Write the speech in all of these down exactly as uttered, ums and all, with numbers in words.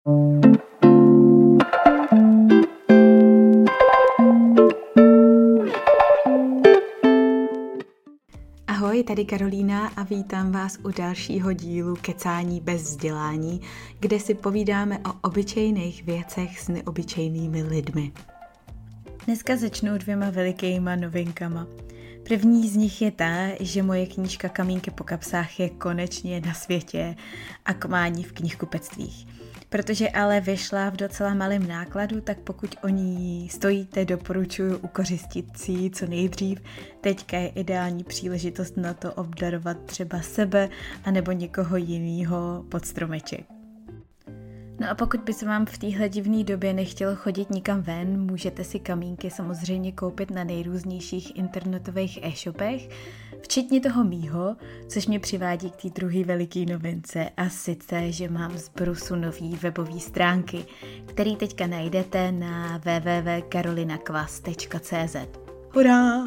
Ahoj, tady Karolína a vítám vás u dalšího dílu Kecání bez vzdělání, kde si povídáme o obyčejných věcech s neobyčejnými lidmi. Dneska začnu dvěma velikýma novinkama. První z nich je ta, že moje knížka Kamínky po kapsách je konečně na světě a k mání v knihkupectvích. Protože ale vyšla v docela malém nákladu, tak pokud o ní stojíte, doporučuji ukořistit si ji co nejdřív. Teďka je ideální příležitost na to obdarovat třeba sebe anebo někoho jiného pod stromeček. No a pokud by se vám v téhle divné době nechtělo chodit nikam ven, můžete si kamínky samozřejmě koupit na nejrůznějších internetových e-shopech, včetně toho mýho, což mě přivádí k té druhé veliké novince, a sice, že mám z brusu nový webové stránky, který teďka najdete na w w w tečka karolinakvas tečka c z. Hurá!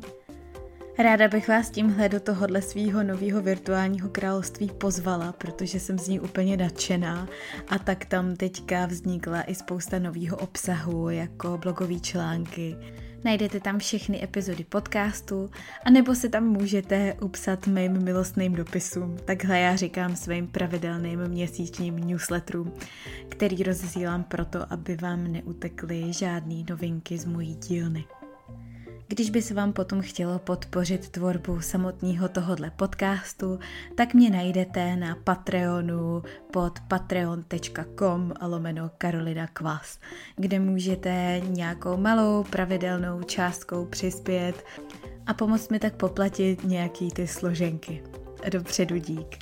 Ráda bych vás tímhle do tohohle svýho nového virtuálního království pozvala, protože jsem z ní úplně nadšená a tak tam teďka vznikla i spousta nového obsahu, jako blogové články. Najdete tam všechny epizody podcastu, anebo se tam můžete upsat mým milostným dopisům. Takhle já říkám svým pravidelným měsíčním newsletterům, který rozesílám proto, aby vám neutekly žádný novinky z mojí dílny. Když by se vám potom chtělo podpořit tvorbu samotného tohodle podcastu, tak mě najdete na Patreonu pod patreon tečka com lomeno Karolina Kvas, kde můžete nějakou malou pravidelnou částkou přispět a pomoct mi tak poplatit nějaký ty složenky. Dopředu dík.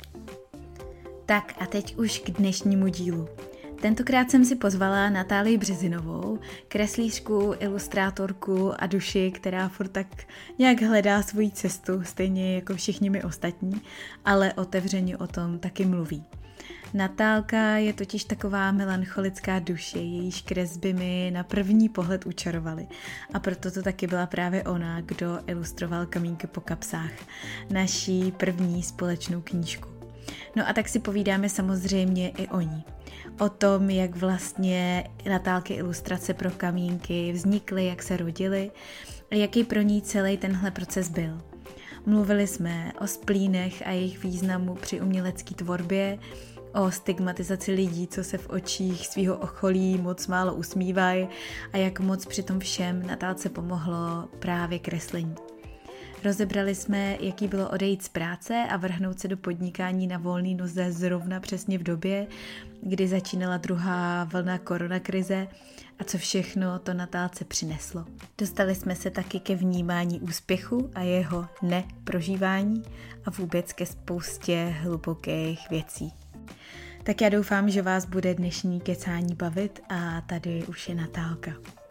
Tak a teď už k dnešnímu dílu. Tentokrát jsem si pozvala Natálii Březinovou, kreslířku, ilustrátorku a duši, která furt tak nějak hledá svoji cestu, stejně jako všichni my ostatní, ale otevřeně o tom taky mluví. Natálka je totiž taková melancholická duše, jejíž kresby mi na první pohled učarovaly. A proto to taky byla právě ona, kdo ilustroval Kamínky po kapsách, naší první společnou knížku. No a tak si povídáme samozřejmě i o ní. O tom, jak vlastně Natálky ilustrace pro kamínky vznikly, jak se rodily a jaký pro ní celý tenhle proces byl. Mluvili jsme o splínech a jejich významu při umělecké tvorbě, o stigmatizaci lidí, co se v očích svého okolí moc málo usmívají a jak moc při tom všem Natálce pomohlo právě kreslení. Rozebrali jsme, jaký bylo odejít z práce a vrhnout se do podnikání na volný noze zrovna přesně v době, kdy začínala druhá vlna koronakrize a co všechno to Natálce přineslo. Dostali jsme se taky ke vnímání úspěchu a jeho neprožívání a vůbec ke spoustě hlubokých věcí. Tak já doufám, že vás bude dnešní kecání bavit a tady už je Natálka.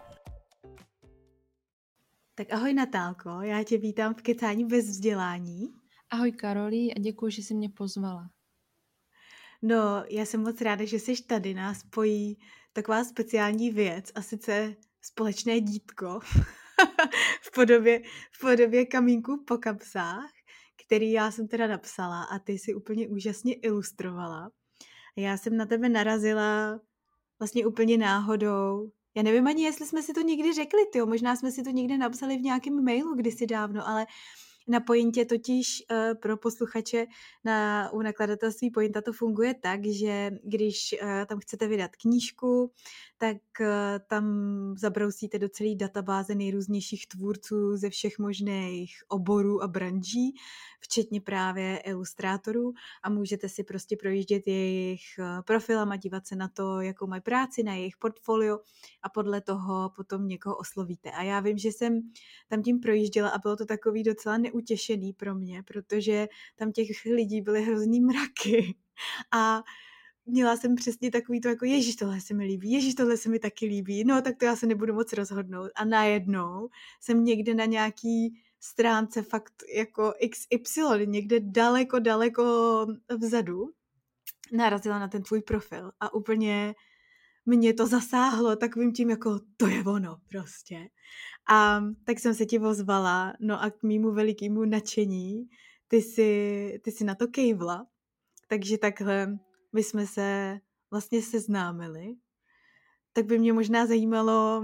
Tak ahoj Natálko, já tě vítám v Kecání bez vzdělání. Ahoj Karolí a děkuji, že jsi mě pozvala. No, já jsem moc ráda, že jsi tady, nás spojí taková speciální věc a sice společné dítko v podobě, v podobě kamínků po kapsách, který já jsem teda napsala a ty si úplně úžasně ilustrovala. Já jsem na tebe narazila vlastně úplně náhodou. Já nevím ani, jestli jsme si to někdy řekli, tyjo. Možná jsme si to někde napsali v nějakém mailu kdysi dávno, ale na Pointě totiž uh, pro posluchače na, u nakladatelství Pointa to funguje tak, že když uh, tam chcete vydat knížku, tak uh, tam zabrousíte do celé databáze nejrůznějších tvůrců ze všech možných oborů a branží, včetně právě ilustrátorů, a můžete si prostě projíždět jejich uh, profilama, dívat se na to, jakou mají práci, na jejich portfolio a podle toho potom někoho oslovíte. A já vím, že jsem tam tím projížděla a bylo to takový docela neutěšený pro mě, protože tam těch lidí byly hrozný mraky a měla jsem přesně takový to jako ježiš, tohle se mi líbí, ježiš, tohle se mi taky líbí, no tak to já se nebudu moc rozhodnout. A najednou jsem někde na nějaký stránce fakt jako iks ypsilon, někde daleko, daleko vzadu narazila na ten tvůj profil a úplně mě to zasáhlo takovým tím jako to je ono prostě. A tak jsem se ti ozvala, no a k mému velikému nadšení ty si, ty si na to kejvla, takže takhle my jsme se vlastně seznámili, tak by mě možná zajímalo,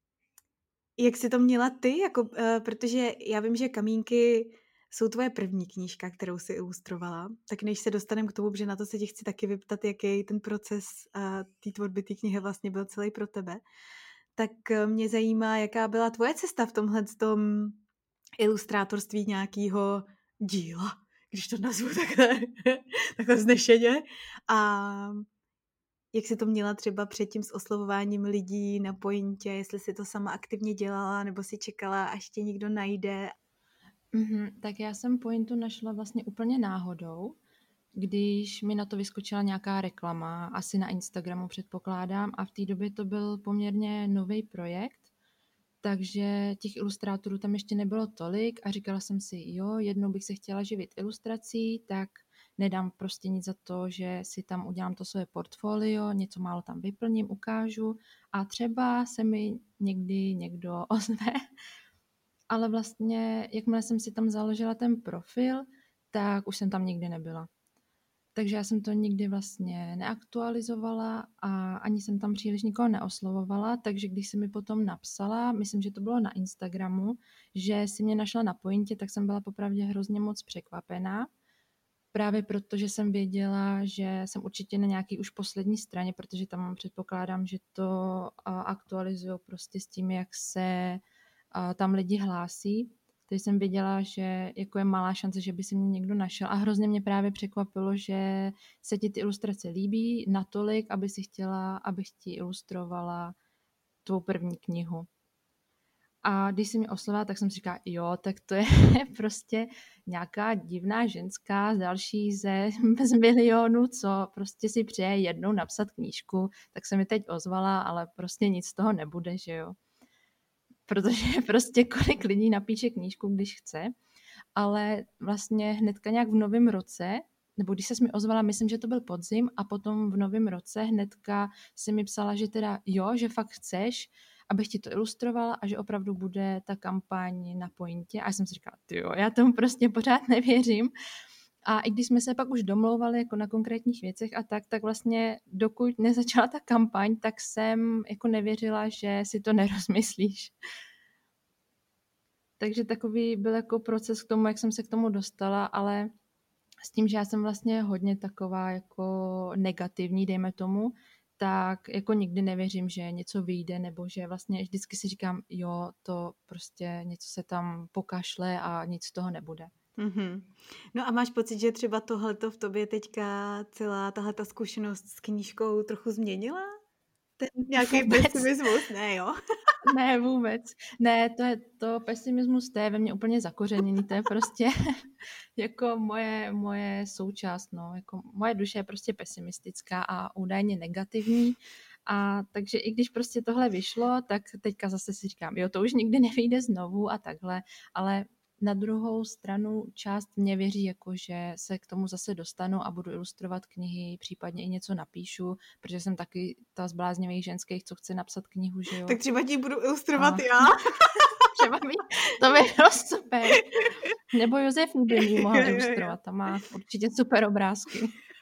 jak jsi to měla ty, jako, uh, protože já vím, že Kamínky jsou tvoje první knížka, kterou jsi ilustrovala, tak než se dostaneme k tomu, že na to se tě chci taky vyptat, jaký ten proces uh, té tvorby té knihy vlastně byl celý pro tebe, tak uh, mě zajímá, jaká byla tvoje cesta v tomhle tom ilustrátorství nějakého díla, když to nazvu takhle, takhle vznešeně. A jak jsi to měla třeba předtím s oslovováním lidí na Pointě, jestli jsi to sama aktivně dělala, nebo si čekala, až tě někdo najde? Mm-hmm, tak já jsem Pointu našla vlastně úplně náhodou, když mi na to vyskočila nějaká reklama, asi na Instagramu předpokládám, a v té době to byl poměrně nový projekt, takže těch ilustrátorů tam ještě nebylo tolik a říkala jsem si, jo, jednou bych se chtěla živit ilustrací, tak nedám prostě nic za to, že si tam udělám to své portfolio, něco málo tam vyplním, ukážu a třeba se mi někdy někdo ozve. Ale vlastně, jakmile jsem si tam založila ten profil, tak už jsem tam nikdy nebyla. Takže já jsem to nikdy vlastně neaktualizovala a ani jsem tam příliš nikoho neoslovovala, takže když se mi potom napsala, myslím, že to bylo na Instagramu, že si mě našla na Pointě, tak jsem byla popravdě hrozně moc překvapená. Právě proto, že jsem věděla, že jsem určitě na nějaký už poslední straně, protože tam předpokládám, že to aktualizují prostě s tím, jak se tam lidi hlásí. Takže jsem věděla, že jako je malá šance, že by si mě někdo našel. A hrozně mě právě překvapilo, že se ti ty ilustrace líbí natolik, aby si chtěla, abych ti ilustrovala tvou první knihu. A když si mě oslovila, tak jsem si říkala, jo, tak to je prostě nějaká divná ženská z další ze, z milionu, co prostě si přeje jednou napsat knížku, tak se mi teď ozvala, ale prostě nic z toho nebude, že jo. Protože prostě kolik lidí napíše knížku, když chce, ale vlastně hnedka nějak v novém roce, nebo když se mi ozvala, myslím, že to byl podzim, a potom v novém roce hnedka si mi psala, že teda jo, že fakt chceš, abych ti to ilustrovala a že opravdu bude ta kampaň na Pointě. A já jsem si říkala, jo, já tomu prostě pořád nevěřím. A i když jsme se pak už domlouvali jako na konkrétních věcech a tak, tak vlastně dokud nezačala ta kampaň, tak jsem jako nevěřila, že si to nerozmyslíš. Takže takový byl jako proces k tomu, jak jsem se k tomu dostala, ale s tím, že já jsem vlastně hodně taková jako negativní, dejme tomu, tak jako nikdy nevěřím, že něco vyjde, nebo že vlastně vždycky si říkám, jo, to prostě něco se tam pokašle a nic z toho nebude. Mm-hmm. No a máš pocit, že třeba tohleto v tobě teďka celá tahleta zkušenost s knížkou trochu změnila? Ten nějaký pesimismus? Ne, jo? Ne, vůbec. Ne, to je to pesimismus, to je ve mně úplně zakořeněný, to je prostě jako moje, moje součást, no, jako moje duše je prostě pesimistická a údajně negativní, a takže i když prostě tohle vyšlo, tak teďka zase si říkám, jo, to už nikdy nevyjde znovu a takhle, ale na druhou stranu část mě věří, jako že se k tomu zase dostanu a budu ilustrovat knihy, případně i něco napíšu, protože jsem taky ta z bláznivých ženských, co chce napsat knihu, že jo. Tak třeba ti budu ilustrovat a... já. Třeba by, to by bylo super. Nebo Josef by mi mohl ilustrovat, tam má určitě super obrázky.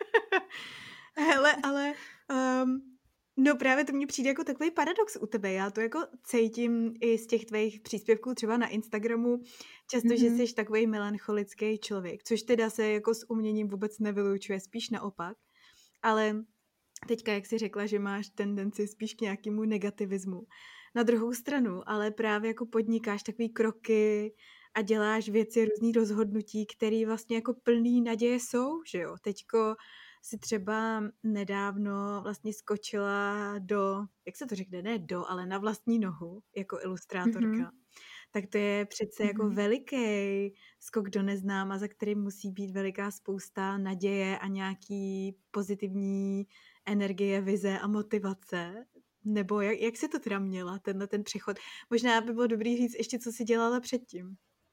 Hele, ale... Um... No právě to mně přijde jako takový paradox u tebe. Já to jako cítím i z těch tvých příspěvků třeba na Instagramu, často, mm-hmm. že jsi takový melancholický člověk, což teda se jako s uměním vůbec nevylučuje, spíš naopak. Ale teďka, jak jsi řekla, že máš tendenci spíš k nějakému negativismu. Na druhou stranu, ale právě jako podnikáš takový kroky a děláš věci, různý rozhodnutí, které vlastně jako plný naděje jsou, že jo. Teďko si třeba nedávno vlastně skočila do, jak se to řekne, ne do, ale na vlastní nohu jako ilustrátorka. Mm-hmm. Tak to je přece mm-hmm. jako veliký skok do neznáma, za kterým musí být veliká spousta naděje a nějaký pozitivní energie, vize a motivace. Nebo jak, jak jsi to teda měla, tenhle ten přechod? Možná by bylo dobrý říct ještě, co jsi dělala předtím.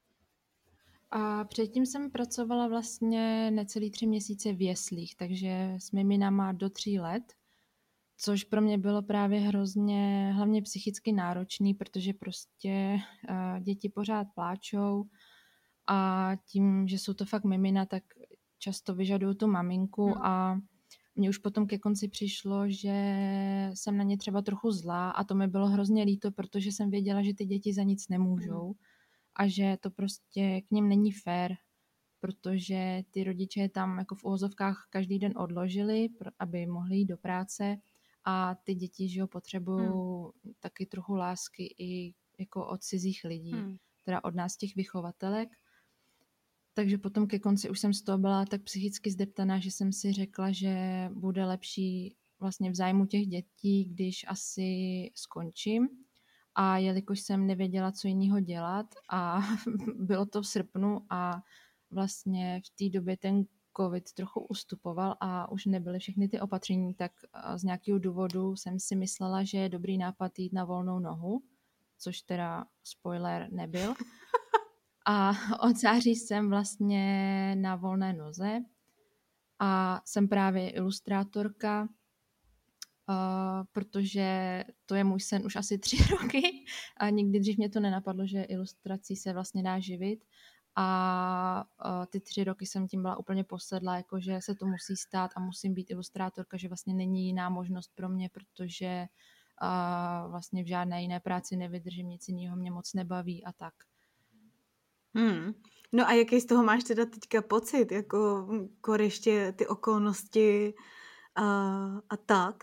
A předtím jsem pracovala vlastně necelý tři měsíce v jeslích, takže s miminama do tří let, což pro mě bylo právě hrozně, hlavně psychicky náročný, protože prostě uh, děti pořád pláčou a tím, že jsou to fakt mimina, tak často vyžadují tu maminku hmm. a mně už potom ke konci přišlo, že jsem na ně třeba trochu zlá a to mi bylo hrozně líto, protože jsem věděla, že ty děti za nic nemůžou a že to prostě k nim není fér, protože ty rodiče je tam jako v uvozovkách každý den odložili, aby mohli jít do práce a ty děti, že jo, potřebují hmm. taky trochu lásky i jako od cizích lidí, hmm. teda od nás těch vychovatelek. Takže potom ke konci už jsem z toho byla tak psychicky zdeptaná, že jsem si řekla, že bude lepší vlastně v zájmu těch dětí, když asi skončím. A jelikož jsem nevěděla, co jiného dělat a bylo to v srpnu a vlastně v té době ten covid trochu ustupoval a už nebyly všechny ty opatření, tak z nějakého důvodu jsem si myslela, že je dobrý nápad jít na volnou nohu, což teda spoiler nebyl. A od září jsem vlastně na volné noze a jsem právě ilustrátorka, Uh, protože to je můj sen už asi tři roky a nikdy dřív mě to nenapadlo, že ilustrací se vlastně dá živit a uh, ty tři roky jsem tím byla úplně posedla, jako že se to musí stát a musím být ilustrátorka, že vlastně není jiná možnost pro mě, protože uh, vlastně v žádné jiné práci nevydržím, nic jiného mě moc nebaví a tak. Hmm. No a jaký z toho máš teda teďka pocit, jako koreště ty okolnosti a, a tak?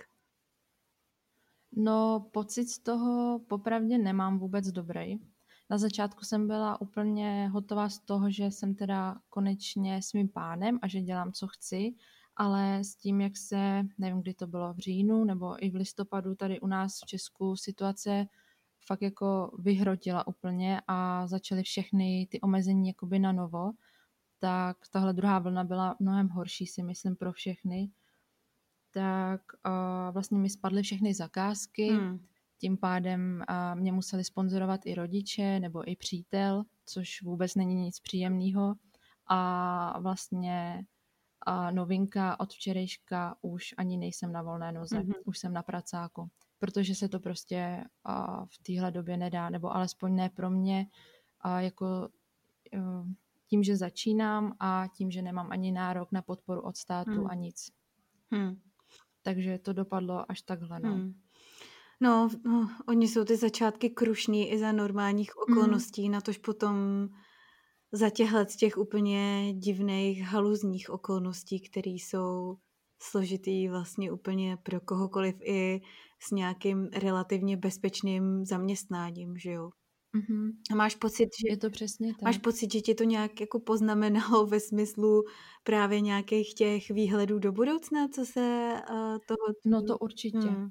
No, pocit z toho popravdě nemám vůbec dobrý. Na začátku jsem byla úplně hotová z toho, že jsem teda konečně s mým pánem a že dělám, co chci, ale s tím, jak se, nevím, kdy to bylo v říjnu nebo i v listopadu tady u nás v Česku situace fakt jako vyhrotila úplně a začaly všechny ty omezení jakoby na novo, tak tahle druhá vlna byla mnohem horší, si myslím, pro všechny. Tak uh, vlastně mi spadly všechny zakázky, hmm. tím pádem uh, mě museli sponzorovat i rodiče nebo i přítel, což vůbec není nic příjemného. A vlastně uh, novinka od včerejška už ani nejsem na volné noze, hmm. už jsem na pracáku, protože se to prostě uh, v téhle době nedá, nebo alespoň ne pro mě, uh, jako uh, tím, že začínám a tím, že nemám ani nárok na podporu od státu hmm. a nic. Hmm. Takže to dopadlo až takhle, no. Hmm. No, no, oni jsou ty začátky krušný i za normálních okolností, mm. natož potom za těchhle z těch úplně divných haluzních okolností, které jsou složitý vlastně úplně pro kohokoliv i s nějakým relativně bezpečným zaměstnáním, že jo. Mm-hmm. A máš pocit, že je to přesně tak. Máš pocit, že ti to nějak jako poznamenalo ve smyslu právě nějakých těch výhledů do budoucna, co se uh, toho... No to určitě. Hmm.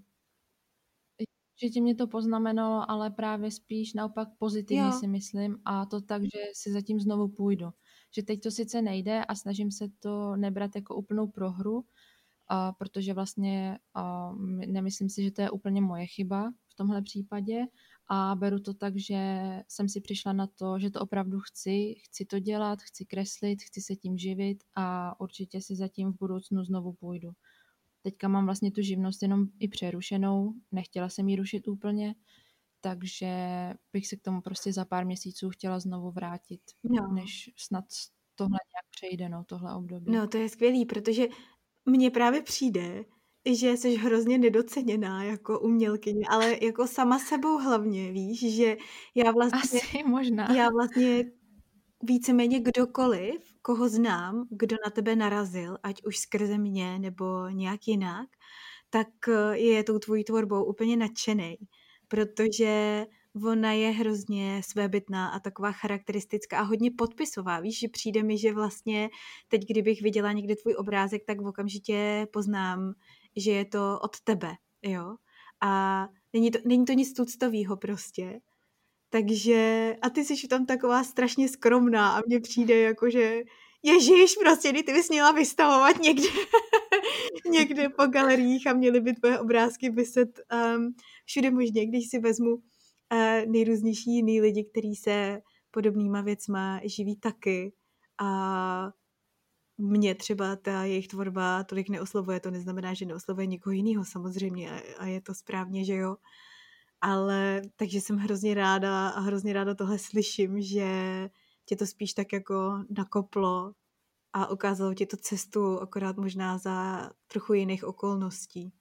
Určitě mě to poznamenalo, ale právě spíš naopak pozitivně jo. si myslím a to tak, že si zatím znovu půjdu. Že teď to sice nejde a snažím se to nebrat jako úplnou prohru, uh, protože vlastně uh, nemyslím si, že to je úplně moje chyba v tomhle případě a beru to tak, že jsem si přišla na to, že to opravdu chci, chci to dělat, chci kreslit, chci se tím živit a určitě si zatím v budoucnu znovu půjdu. Teďka mám vlastně tu živnost jenom i přerušenou, nechtěla jsem ji rušit úplně, takže bych se k tomu prostě za pár měsíců chtěla znovu vrátit, no. než snad tohle nějak přejde, no, tohle období. No, to je skvělý, protože mně právě přijde, že jsi hrozně nedoceněná jako umělkyně, ale jako sama sebou hlavně, víš, že já vlastně... Asi možná. Já vlastně víceméně kdokoliv, koho znám, kdo na tebe narazil, ať už skrze mě nebo nějak jinak, tak je tou tvojí tvorbou úplně nadšenej, protože ona je hrozně svébytná a taková charakteristická a hodně podpisová. Víš, že přijde mi, že vlastně teď, kdybych viděla někdy tvůj obrázek, tak okamžitě poznám, že je to od tebe, jo. A není to, není to nic tuctovýho prostě. Takže, a ty jsi tam taková strašně skromná a mně přijde jako, že ježiš, prostě, ty bys měla vystavovat někde, někde po galeriích a měly by tvoje obrázky vyset um, všude možně, když si vezmu uh, nejrůznější jiný lidi, kteří se podobnýma věcma živí taky a mě třeba ta jejich tvorba tolik neoslovuje, to neznamená, že neoslovuje někoho jiného samozřejmě a, a je to správně, že jo. Ale takže jsem hrozně ráda a hrozně ráda tohle slyším, že tě to spíš tak jako nakoplo a ukázalo ti to cestu akorát možná za trochu jiných okolností.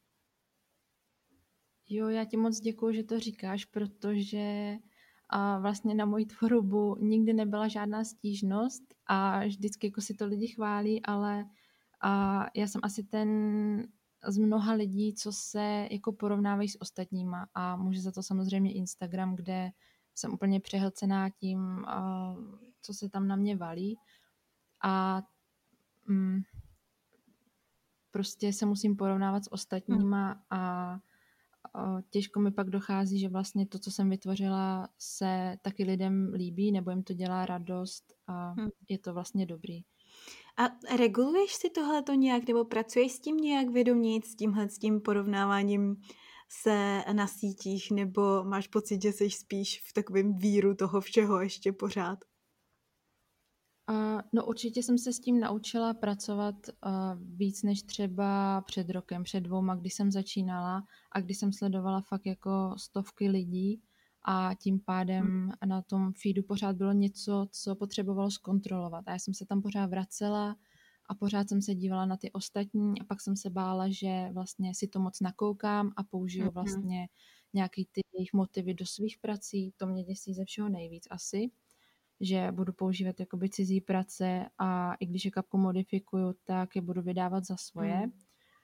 Jo, já ti moc děkuju, že to říkáš, protože a vlastně na moji tvorbu nikdy nebyla žádná stížnost a vždycky jako si to lidi chválí, ale a já jsem asi ten z mnoha lidí, co se jako porovnávají s ostatníma a může za to samozřejmě Instagram, kde jsem úplně přehlcená tím, a co se tam na mě valí a mm, prostě se musím porovnávat s ostatníma a těžko mi pak dochází, že vlastně to, co jsem vytvořila, se taky lidem líbí, nebo jim to dělá radost a Hmm. je to vlastně dobrý. A reguluješ si tohleto nějak, nebo pracuješ s tím nějak vědomě, s tímhle, s tím porovnáváním se na sítích, nebo máš pocit, že jsi spíš v takovém víru toho všeho ještě pořád? Uh, no určitě jsem se s tím naučila pracovat uh, víc než třeba před rokem, před dvouma, kdy jsem začínala a kdy jsem sledovala fakt jako stovky lidí a tím pádem na tom feedu pořád bylo něco, co potřebovalo zkontrolovat. A já jsem se tam pořád vracela a pořád jsem se dívala na ty ostatní a pak jsem se bála, že vlastně si to moc nakoukám a použiju vlastně nějaký ty jejich motivy do svých prací. To mě děsí ze všeho nejvíc asi, že budu používat jakoby cizí prace a i když je kapku modifikuju, tak je budu vydávat za svoje. Hmm.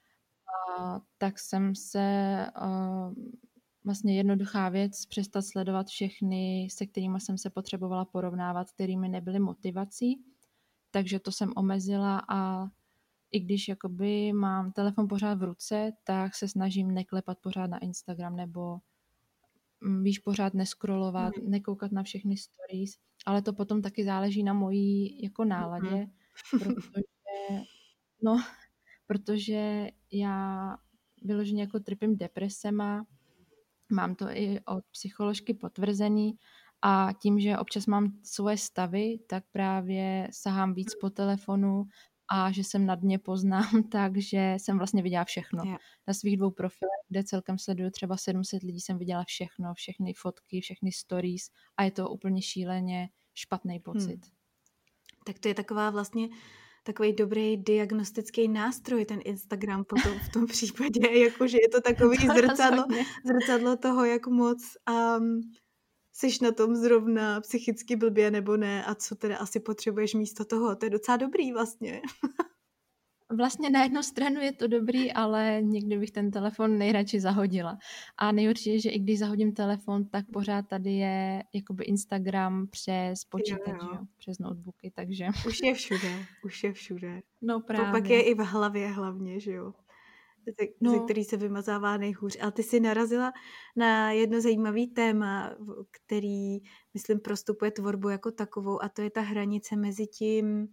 A tak jsem se uh, vlastně jednoduchá věc, přestat sledovat všechny, se kterými jsem se potřebovala porovnávat, kterými nebyly motivací. Takže to jsem omezila a i když jakoby mám telefon pořád v ruce, tak se snažím neklepat pořád na Instagram nebo víš, pořád neskrolovat, mm. nekoukat na všechny stories, ale to potom taky záleží na mojí jako náladě, mm. protože, no, protože já vyloženě jako trpím depresema, mám to i od psycholožky potvrzený a tím, že občas mám svoje stavy, tak právě sahám víc po telefonu a že jsem na dně poznám, takže jsem vlastně viděla všechno. Yeah. Na svých dvou profilech, kde celkem sleduju třeba sedm set lidí, jsem viděla všechno, všechny fotky, všechny stories a je to úplně šíleně špatný pocit. Hmm. Tak to je taková vlastně takový dobrý diagnostický nástroj, ten Instagram potom v tom případě, jakože je to takový to zrcadlo, zrcadlo toho, jak moc um, jsi na tom zrovna psychicky blbě nebo ne a co teda asi potřebuješ místo toho. To je docela dobrý vlastně. Vlastně na jednu stranu je to dobrý, ale někdy bych ten telefon nejradši zahodila. A nejhorší je, že i když zahodím telefon, tak pořád tady je jakoby Instagram přes počítač, jo, jo. přes notebooky, takže... Už je všude, už je všude. No právě. To pak je i v hlavě hlavně, že jo. Ze, no. ze který se vymazává nejhůř. Ale ty jsi narazila na jedno zajímavý téma, který, myslím, prostupuje tvorbu jako takovou a to je ta hranice mezi tím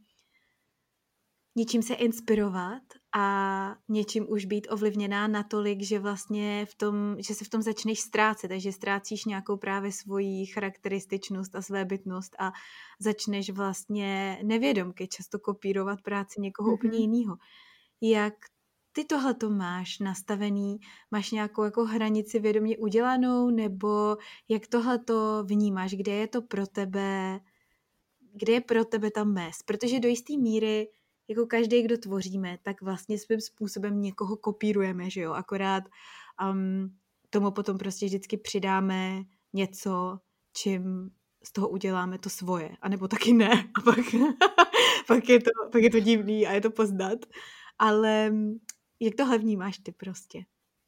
něčím se inspirovat a něčím už být ovlivněná natolik, že vlastně v tom, že se v tom začneš ztrácet, takže ztrácíš nějakou právě svoji charakterističnost a svébytnost a začneš vlastně nevědomky často kopírovat práci někoho mm-hmm. úplně jiného. Jak ty tohleto máš nastavený, máš nějakou jako hranici vědomě udělanou, nebo jak tohleto vnímáš, kde je to pro tebe, kde je pro tebe ta mez? Protože do jisté míry jako každý, kdo tvoříme, tak vlastně svým způsobem někoho kopírujeme, že jo, akorát um, tomu potom prostě vždycky přidáme něco, čím z toho uděláme to svoje, anebo taky ne, a pak, pak, je to, pak je to divný a je to poznat, ale jak tohle vnímáš ty prostě?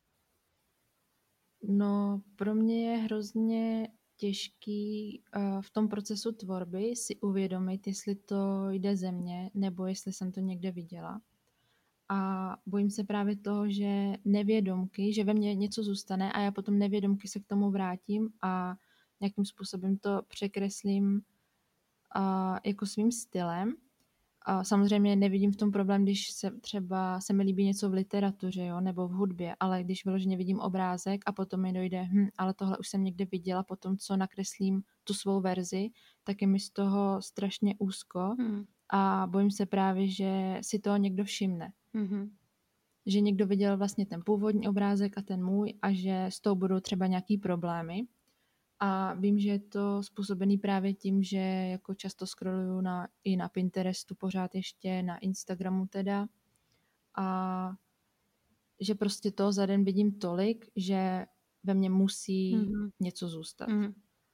No, pro mě je hrozně těžký uh, v tom procesu tvorby si uvědomit, jestli to jde ze mě, nebo jestli jsem to někde viděla. A bojím se právě toho, že nevědomky, že ve mně něco zůstane a já potom nevědomky se k tomu vrátím a nějakým způsobem to překreslím uh, jako svým stylem. A samozřejmě nevidím v tom problém, když se třeba se mi líbí něco v literatuře, jo, nebo v hudbě, ale když vyloženě vidím obrázek a potom mi dojde, hm, ale tohle už jsem někde viděla, potom co nakreslím tu svou verzi, tak je mi z toho strašně úzko hmm. a bojím se právě, že si toho někdo všimne. Hmm. Že někdo viděl vlastně ten původní obrázek a ten můj a že s tou budou třeba nějaký problémy. A vím, že je to způsobený právě tím, že jako často scrolluju na, i na Pinterestu pořád ještě, na Instagramu teda. A že prostě toho za den vidím tolik, že ve mně musí Mhm. něco zůstat. Mhm.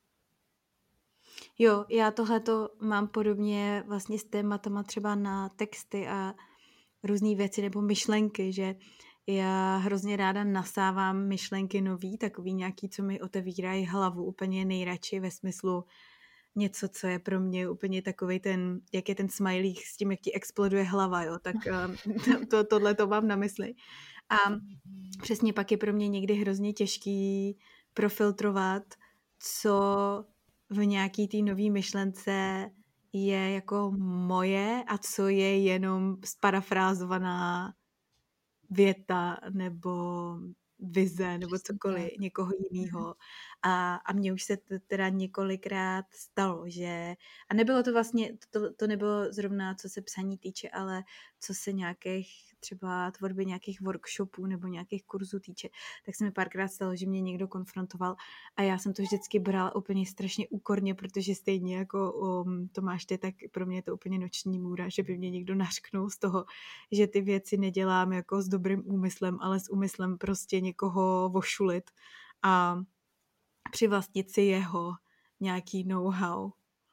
Jo, já tohleto mám podobně vlastně s tématama třeba na texty a různé věci nebo myšlenky, že já hrozně ráda nasávám myšlenky nový, takový nějaký, co mi otevírají hlavu úplně nejradši ve smyslu něco, co je pro mě úplně takovej ten, jak je ten smajlík s tím, jak ti exploduje hlava, jo, tak um, to, tohle to mám na mysli. A přesně pak je pro mě někdy hrozně těžký profiltrovat, co v nějaký té nový myšlence je jako moje a co je jenom sparafrázovaná věta nebo vize nebo Přesně cokoliv tak. někoho jiného. A, a mně už se to teda několikrát stalo, že a nebylo to vlastně, to, to nebylo zrovna co se psaní týče, ale co se nějakých třeba tvorby nějakých workshopů nebo nějakých kurzů týče, tak se mi párkrát stalo, že mě někdo konfrontoval a já jsem to vždycky brala úplně strašně úkorně, protože stejně jako um, Tomáš ty, tak pro mě je to úplně noční můra, že by mě někdo nařknul z toho, že ty věci nedělám jako s dobrým úmyslem, ale s úmyslem prostě někoho vošulit a přivlastnit si jeho nějaký know-how.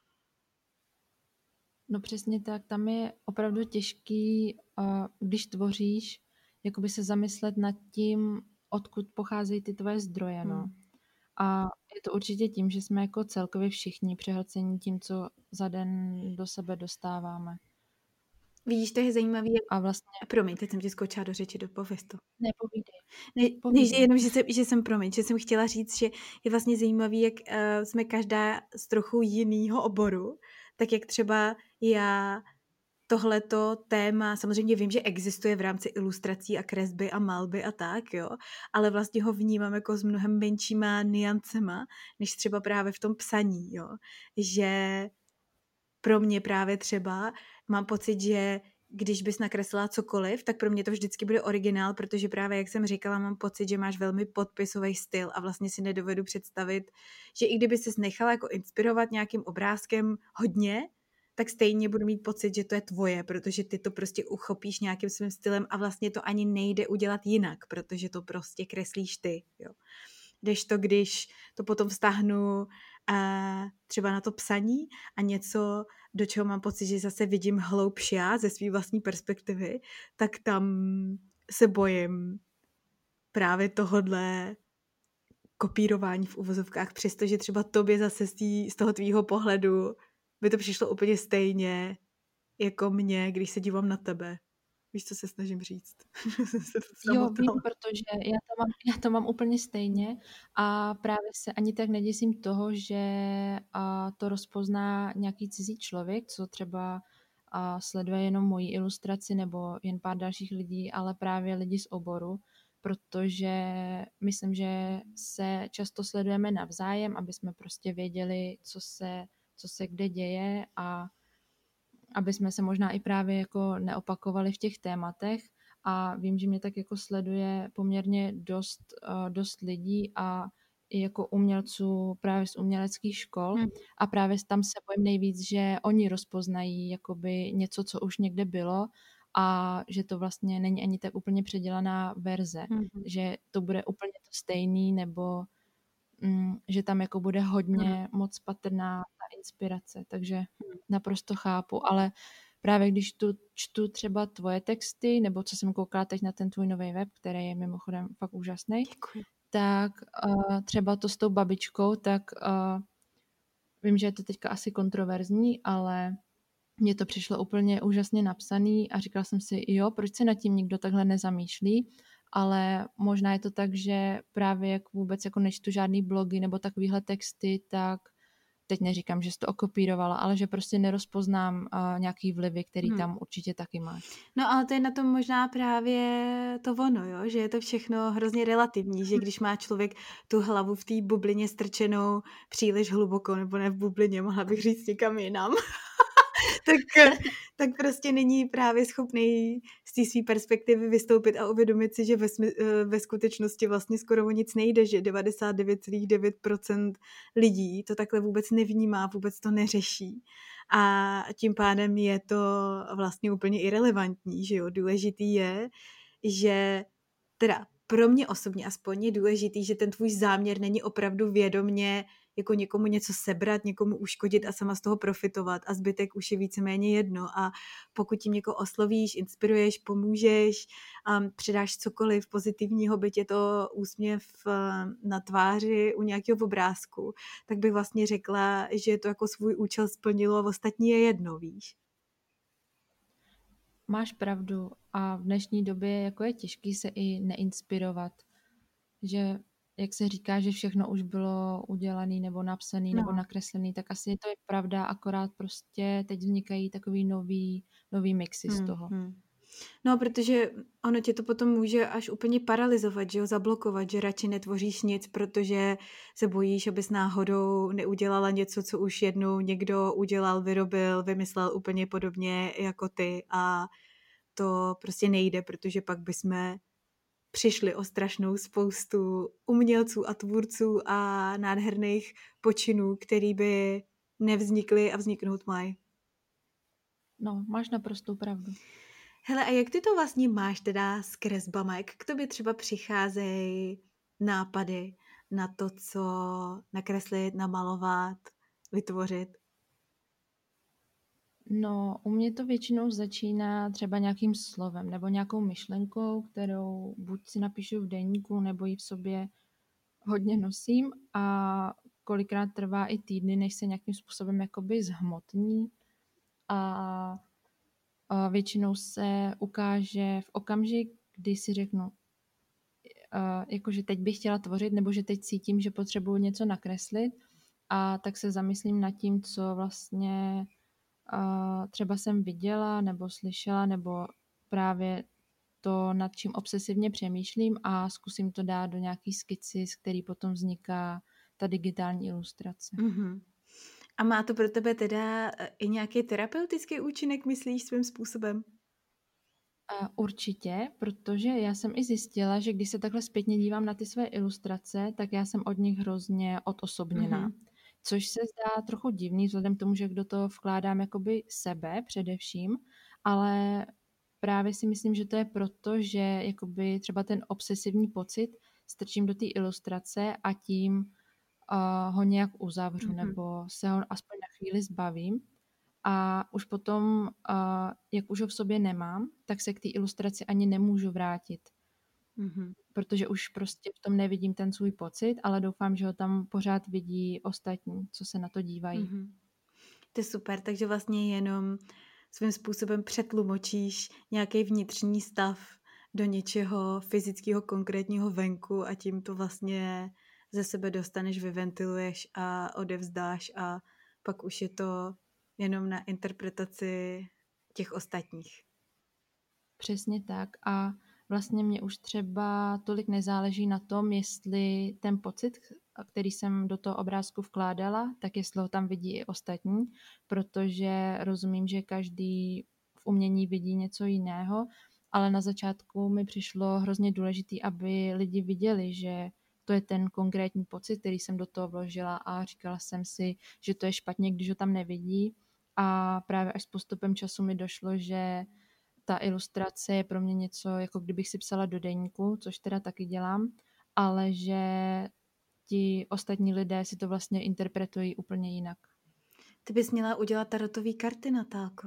No přesně tak, tam je opravdu těžký, uh, když tvoříš, jakoby se zamyslet nad tím, odkud pocházejí ty tvoje zdroje, no. Hmm. A je to určitě tím, že jsme jako celkově všichni přehlcení tím, co za den do sebe dostáváme. Vidíš, to je zajímavý. Jak... A vlastně... Promiň, teď jsem ti skočila do řeči, do pověz to. Nepovídej. Ne, ne, že jenom, že jsem, že jsem, promiň, že jsem chtěla říct, že je vlastně zajímavý, jak uh, jsme každá z trochu jinýho oboru, tak jak třeba já tohleto téma, samozřejmě vím, že existuje v rámci ilustrací a kresby a malby a tak, jo, ale vlastně ho vnímám jako s mnohem menšíma niancema, než třeba právě v tom psaní, jo, že pro mě právě třeba mám pocit, že když bys nakreslila cokoliv, tak pro mě to vždycky bude originál, protože právě, jak jsem říkala, mám pocit, že máš velmi podpisový styl a vlastně si nedovedu představit, že i kdyby ses nechala jako inspirovat nějakým obrázkem hodně, tak stejně budu mít pocit, že to je tvoje, protože ty to prostě uchopíš nějakým svým stylem a vlastně to ani nejde udělat jinak, protože to prostě kreslíš ty, jo. Kdežto, když to potom vztahnu a třeba na to psaní a něco, do čeho mám pocit, že zase vidím hloubš já ze své vlastní perspektivy, tak tam se bojím právě tohodle kopírování v uvozovkách, přestože třeba tobě zase z, tý, z toho tvýho pohledu by to přišlo úplně stejně jako mně, když se dívám na tebe. Víš, co se snažím říct? Jo, vím, protože já to, mám, já to mám úplně stejně a právě se ani tak neděsím toho, že a, to rozpozná nějaký cizí člověk, co třeba a, sleduje jenom moji ilustraci nebo jen pár dalších lidí, ale právě lidi z oboru, protože myslím, že se často sledujeme navzájem, aby jsme prostě věděli, co se, co se kde děje a aby jsme se možná i právě jako neopakovali v těch tématech. A vím, že mě tak jako sleduje poměrně dost, uh, dost lidí a i jako umělců právě z uměleckých škol. Hmm. A právě tam se bojím nejvíc, že oni rozpoznají jakoby něco, co už někde bylo a že to vlastně není ani tak úplně předělaná verze. Hmm. Že to bude úplně to stejný nebo mm, že tam jako bude hodně hmm. moc patrná ta inspirace. Takže hmm. naprosto chápu, ale právě když tu čtu třeba tvoje texty, nebo co jsem koukala teď na ten tvůj nový web, který je mimochodem fakt úžasný, Děkuji. tak uh, třeba to s tou babičkou, tak uh, vím, že je to teďka asi kontroverzní, ale mně to přišlo úplně úžasně napsaný a říkala jsem si, jo, proč se nad tím nikdo takhle nezamýšlí, ale možná je to tak, že právě jak vůbec jako nečtu žádný blogy nebo takovýhle texty, tak teď neříkám, že jsi to okopírovala, ale že prostě nerozpoznám uh, nějaký vlivy, který hmm. tam určitě taky máš. No ale to je na tom možná právě to ono, jo? Že je to všechno hrozně relativní, že když má člověk tu hlavu v té bublině strčenou příliš hluboko, nebo ne v bublině, mohla bych říct někam jinam, tak, tak prostě není právě schopný z té své perspektivy vystoupit a uvědomit si, že ve, smy, ve skutečnosti vlastně skoro o nic nejde, že devadesát devět celá devět procent lidí to takhle vůbec nevnímá, vůbec to neřeší. A tím pádem je to vlastně úplně irelevantní, že jo. Důležitý je, že teda pro mě osobně aspoň je důležitý, že ten tvůj záměr není opravdu vědomně jako někomu něco sebrat, někomu uškodit a sama z toho profitovat a zbytek už je víceméně jedno. A pokud tím někoho oslovíš, inspiruješ, pomůžeš, um, předáš cokoliv pozitivního, byť je to úsměv uh, na tváři u nějakého obrázku, tak bych vlastně řekla, že to jako svůj účel splnilo a ostatní je jedno, víš. Máš pravdu a v dnešní době jako je těžký se i neinspirovat, že jak se říká, že všechno už bylo udělané nebo napsané No. nebo nakreslené, tak asi to je pravda, akorát prostě teď vznikají takový nový, nový mixy hmm, z toho. Hmm. No, protože ono tě to potom může až úplně paralyzovat, že jo, zablokovat, že radši netvoříš nic, protože se bojíš, abys náhodou neudělala něco, co už jednou někdo udělal, vyrobil, vymyslel úplně podobně jako ty a to prostě nejde, protože pak bychom přišli o strašnou spoustu umělců a tvůrců a nádherných počinů, který by nevznikly a vzniknout mají. No, máš naprostou pravdu. Hele, a jak ty to vlastně máš teda s kresbama? Jak k tobě třeba přicházejí nápady na to, co nakreslit, namalovat, vytvořit? No, u mě to většinou začíná třeba nějakým slovem nebo nějakou myšlenkou, kterou buď si napíšu v deníku, nebo ji v sobě hodně nosím a kolikrát trvá i týdny, než se nějakým způsobem jakoby zhmotní a, a většinou se ukáže v okamžik, kdy si řeknu, a, jakože teď bych chtěla tvořit nebo že teď cítím, že potřebuji něco nakreslit a tak se zamyslím nad tím, co vlastně a, třeba jsem viděla nebo slyšela nebo právě to, nad čím obsesivně přemýšlím a zkusím to dát do nějaký skici, z který potom vzniká ta digitální ilustrace. Mm-hmm. A má to pro tebe teda i nějaký terapeutický účinek, myslíš, svým způsobem? A určitě, protože já jsem i zjistila, že když se takhle zpětně dívám na ty své ilustrace, tak já jsem od nich hrozně odosobněná. Mm-hmm. Což se zdá trochu divný, vzhledem k tomu, že do toho vkládám jakoby sebe především, ale právě si myslím, že to je proto, že jakoby třeba ten obsesivní pocit strčím do té ilustrace a tím uh, ho nějak uzavřu, mm-hmm. nebo se ho aspoň na chvíli zbavím. A už potom, uh, jak už ho v sobě nemám, tak se k té ilustraci ani nemůžu vrátit. Mm-hmm. Protože už prostě v tom nevidím ten svůj pocit, ale doufám, že ho tam pořád vidí ostatní, co se na to dívají. Mm-hmm. To je super, takže vlastně jenom svým způsobem přetlumočíš nějaký vnitřní stav do něčeho fyzického, konkrétního venku a tím to vlastně ze sebe dostaneš, vyventiluješ a odevzdáš a pak už je to jenom na interpretaci těch ostatních. Přesně tak a vlastně mě už třeba tolik nezáleží na tom, jestli ten pocit, který jsem do toho obrázku vkládala, tak jestli ho tam vidí i ostatní, protože rozumím, že každý v umění vidí něco jiného, ale na začátku mi přišlo hrozně důležitý, aby lidi viděli, že to je ten konkrétní pocit, který jsem do toho vložila a říkala jsem si, že to je špatně, když ho tam nevidí a právě až s postupem času mi došlo, že ta ilustrace je pro mě něco, jako kdybych si psala do deníku, což teda taky dělám, ale že ti ostatní lidé si to vlastně interpretují úplně jinak. Ty bys měla udělat tarotový karty, Natálko.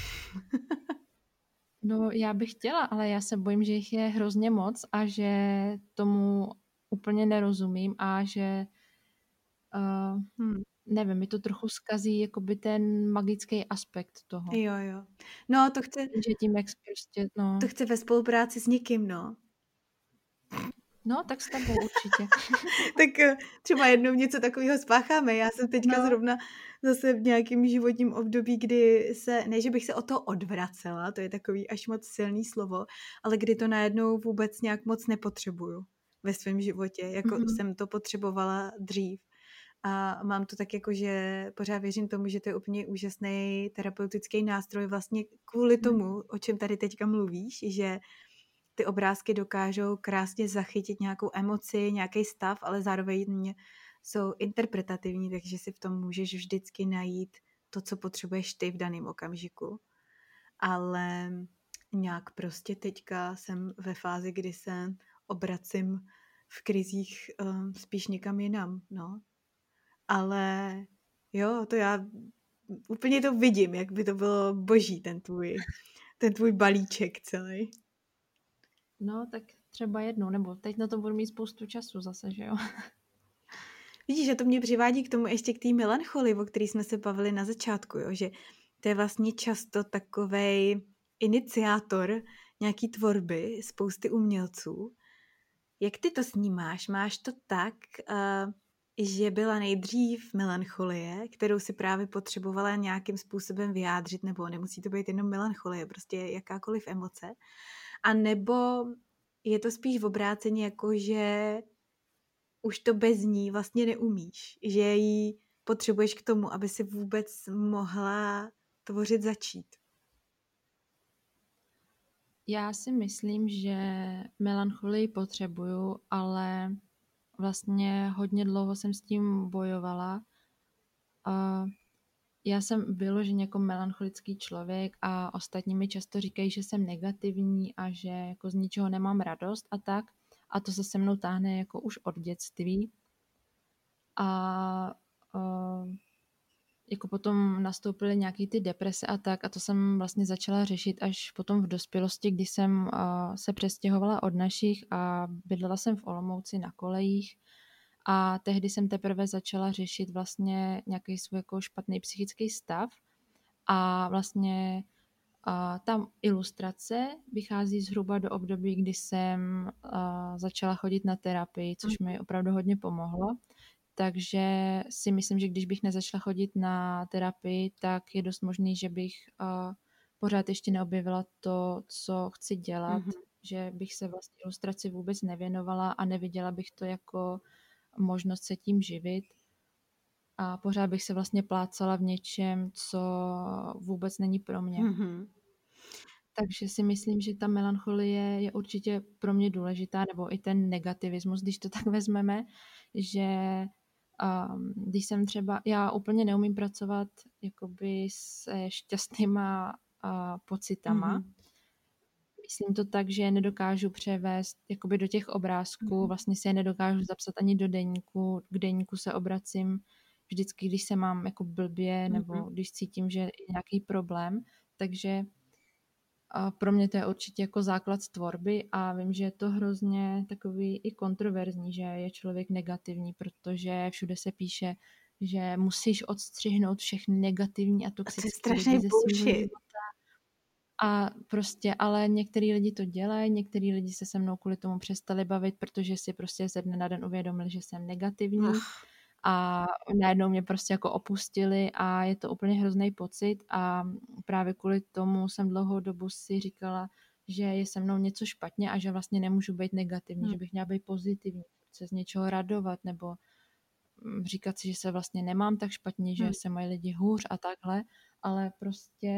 No, já bych chtěla, ale já se bojím, že jich je hrozně moc a že tomu úplně nerozumím a že uh, hmm. nevím, mi to trochu zkazí jakoby ten magický aspekt toho. Jo, jo. No, to chce... Že tím, jak prostě, no... To chce ve spolupráci s někým, no. No, tak s tebou určitě. Tak třeba jednou něco takového spácháme. Já jsem teďka no. zrovna zase v nějakém životním období, kdy se, ne, že bych se o to odvracela, to je takový až moc silný slovo, ale kdy to najednou vůbec nějak moc nepotřebuju ve svém životě, jako mm-hmm. jsem to potřebovala dřív. A mám to tak jako, že pořád věřím tomu, že to je úplně úžasný terapeutický nástroj vlastně kvůli tomu, o čem tady teďka mluvíš, že ty obrázky dokážou krásně zachytit nějakou emoci, nějaký stav, ale zároveň jsou interpretativní, takže si v tom můžeš vždycky najít to, co potřebuješ ty v daném okamžiku. Ale nějak prostě teďka jsem ve fázi, kdy se obracím v krizích um, spíš někam jinam, no. Ale jo, to já úplně to vidím, jak by to bylo boží, ten tvůj, ten tvůj balíček celý. No, tak třeba jednou, nebo teď na to budu mít spoustu času zase, že jo? Vidíš, že to mě přivádí k tomu ještě k té melancholii, o který jsme se bavili na začátku, jo? Že to je vlastně často takovej iniciátor nějaký tvorby spousty umělců. Jak ty to snímáš? Máš to tak, uh, že byla nejdřív melancholie, kterou si právě potřebovala nějakým způsobem vyjádřit, nebo nemusí to být jenom melancholie, prostě jakákoliv emoce. A nebo je to spíš v obrácení, jako že už to bez ní vlastně neumíš, že ji potřebuješ k tomu, aby si vůbec mohla tvořit začít. Já si myslím, že melancholii potřebuju, ale vlastně hodně dlouho jsem s tím bojovala. A já jsem vyloženě jako melancholický člověk a ostatní mi často říkají, že jsem negativní a že jako z ničeho nemám radost a tak. A to se se mnou táhne jako už od dětství. A uh, jako potom nastoupily nějaký ty deprese a tak a to jsem vlastně začala řešit až potom v dospělosti, kdy jsem uh, se přestěhovala od našich a bydlela jsem v Olomouci na kolejích a tehdy jsem teprve začala řešit vlastně nějaký svůj jako špatný psychický stav a vlastně uh, tam ilustrace vychází zhruba do období, kdy jsem uh, začala chodit na terapii, což mi opravdu hodně pomohlo. Takže si myslím, že když bych nezačala chodit na terapii, tak je dost možný, že bych uh, pořád ještě neobjevila to, co chci dělat, mm-hmm. že bych se vlastně ilustraci vůbec nevěnovala a neviděla bych to jako možnost se tím živit. A pořád bych se vlastně plácala v něčem, co vůbec není pro mě. Mm-hmm. Takže si myslím, že ta melancholie je určitě pro mě důležitá, nebo i ten negativismus, když to tak vezmeme, že um, když jsem třeba, já úplně neumím pracovat jakoby se šťastnýma uh, pocitama. Mm-hmm. Myslím to tak, že je nedokážu převést jakoby do těch obrázků, mm-hmm. vlastně si je nedokážu zapsat ani do deníku, k deníku se obracím vždycky, když se mám jako blbě, mm-hmm. nebo když cítím, že je nějaký problém, takže a pro mě to je určitě jako základ tvorby a vím, že je to hrozně takový i kontroverzní, že je člověk negativní, protože všude se píše, že musíš odstřihnout všechny negativní a toxické lidi ze svého života. A prostě, ale některý lidi to dělají, některý lidi se se mnou kvůli tomu přestali bavit, protože si prostě ze dne na den uvědomili, že jsem negativní. Ach. A najednou mě prostě jako opustili a je to úplně hrozný pocit a právě kvůli tomu jsem dlouhou dobu si říkala, že je se mnou něco špatně a že vlastně nemůžu být negativní, hmm. že bych měla být pozitivní, se z něčeho radovat nebo říkat si, že se vlastně nemám tak špatně, že hmm. se mají lidi hůř a takhle, ale prostě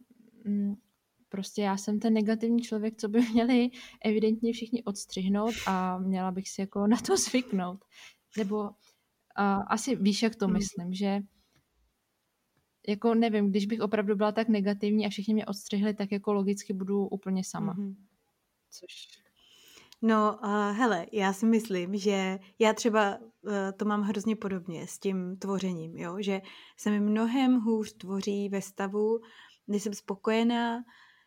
prostě já jsem ten negativní člověk, co by měli evidentně všichni odstřihnout a měla bych si jako na to zvyknout. Nebo a asi víš, jak to myslím, že jako nevím, když bych opravdu byla tak negativní a všichni mě odstřihli, tak jako logicky budu úplně sama. Mm-hmm. Což... No, uh, hele, já si myslím, že já třeba uh, to mám hrozně podobně s tím tvořením, jo? Že se mi mnohem hůř tvoří ve stavu, kdy jsem spokojená,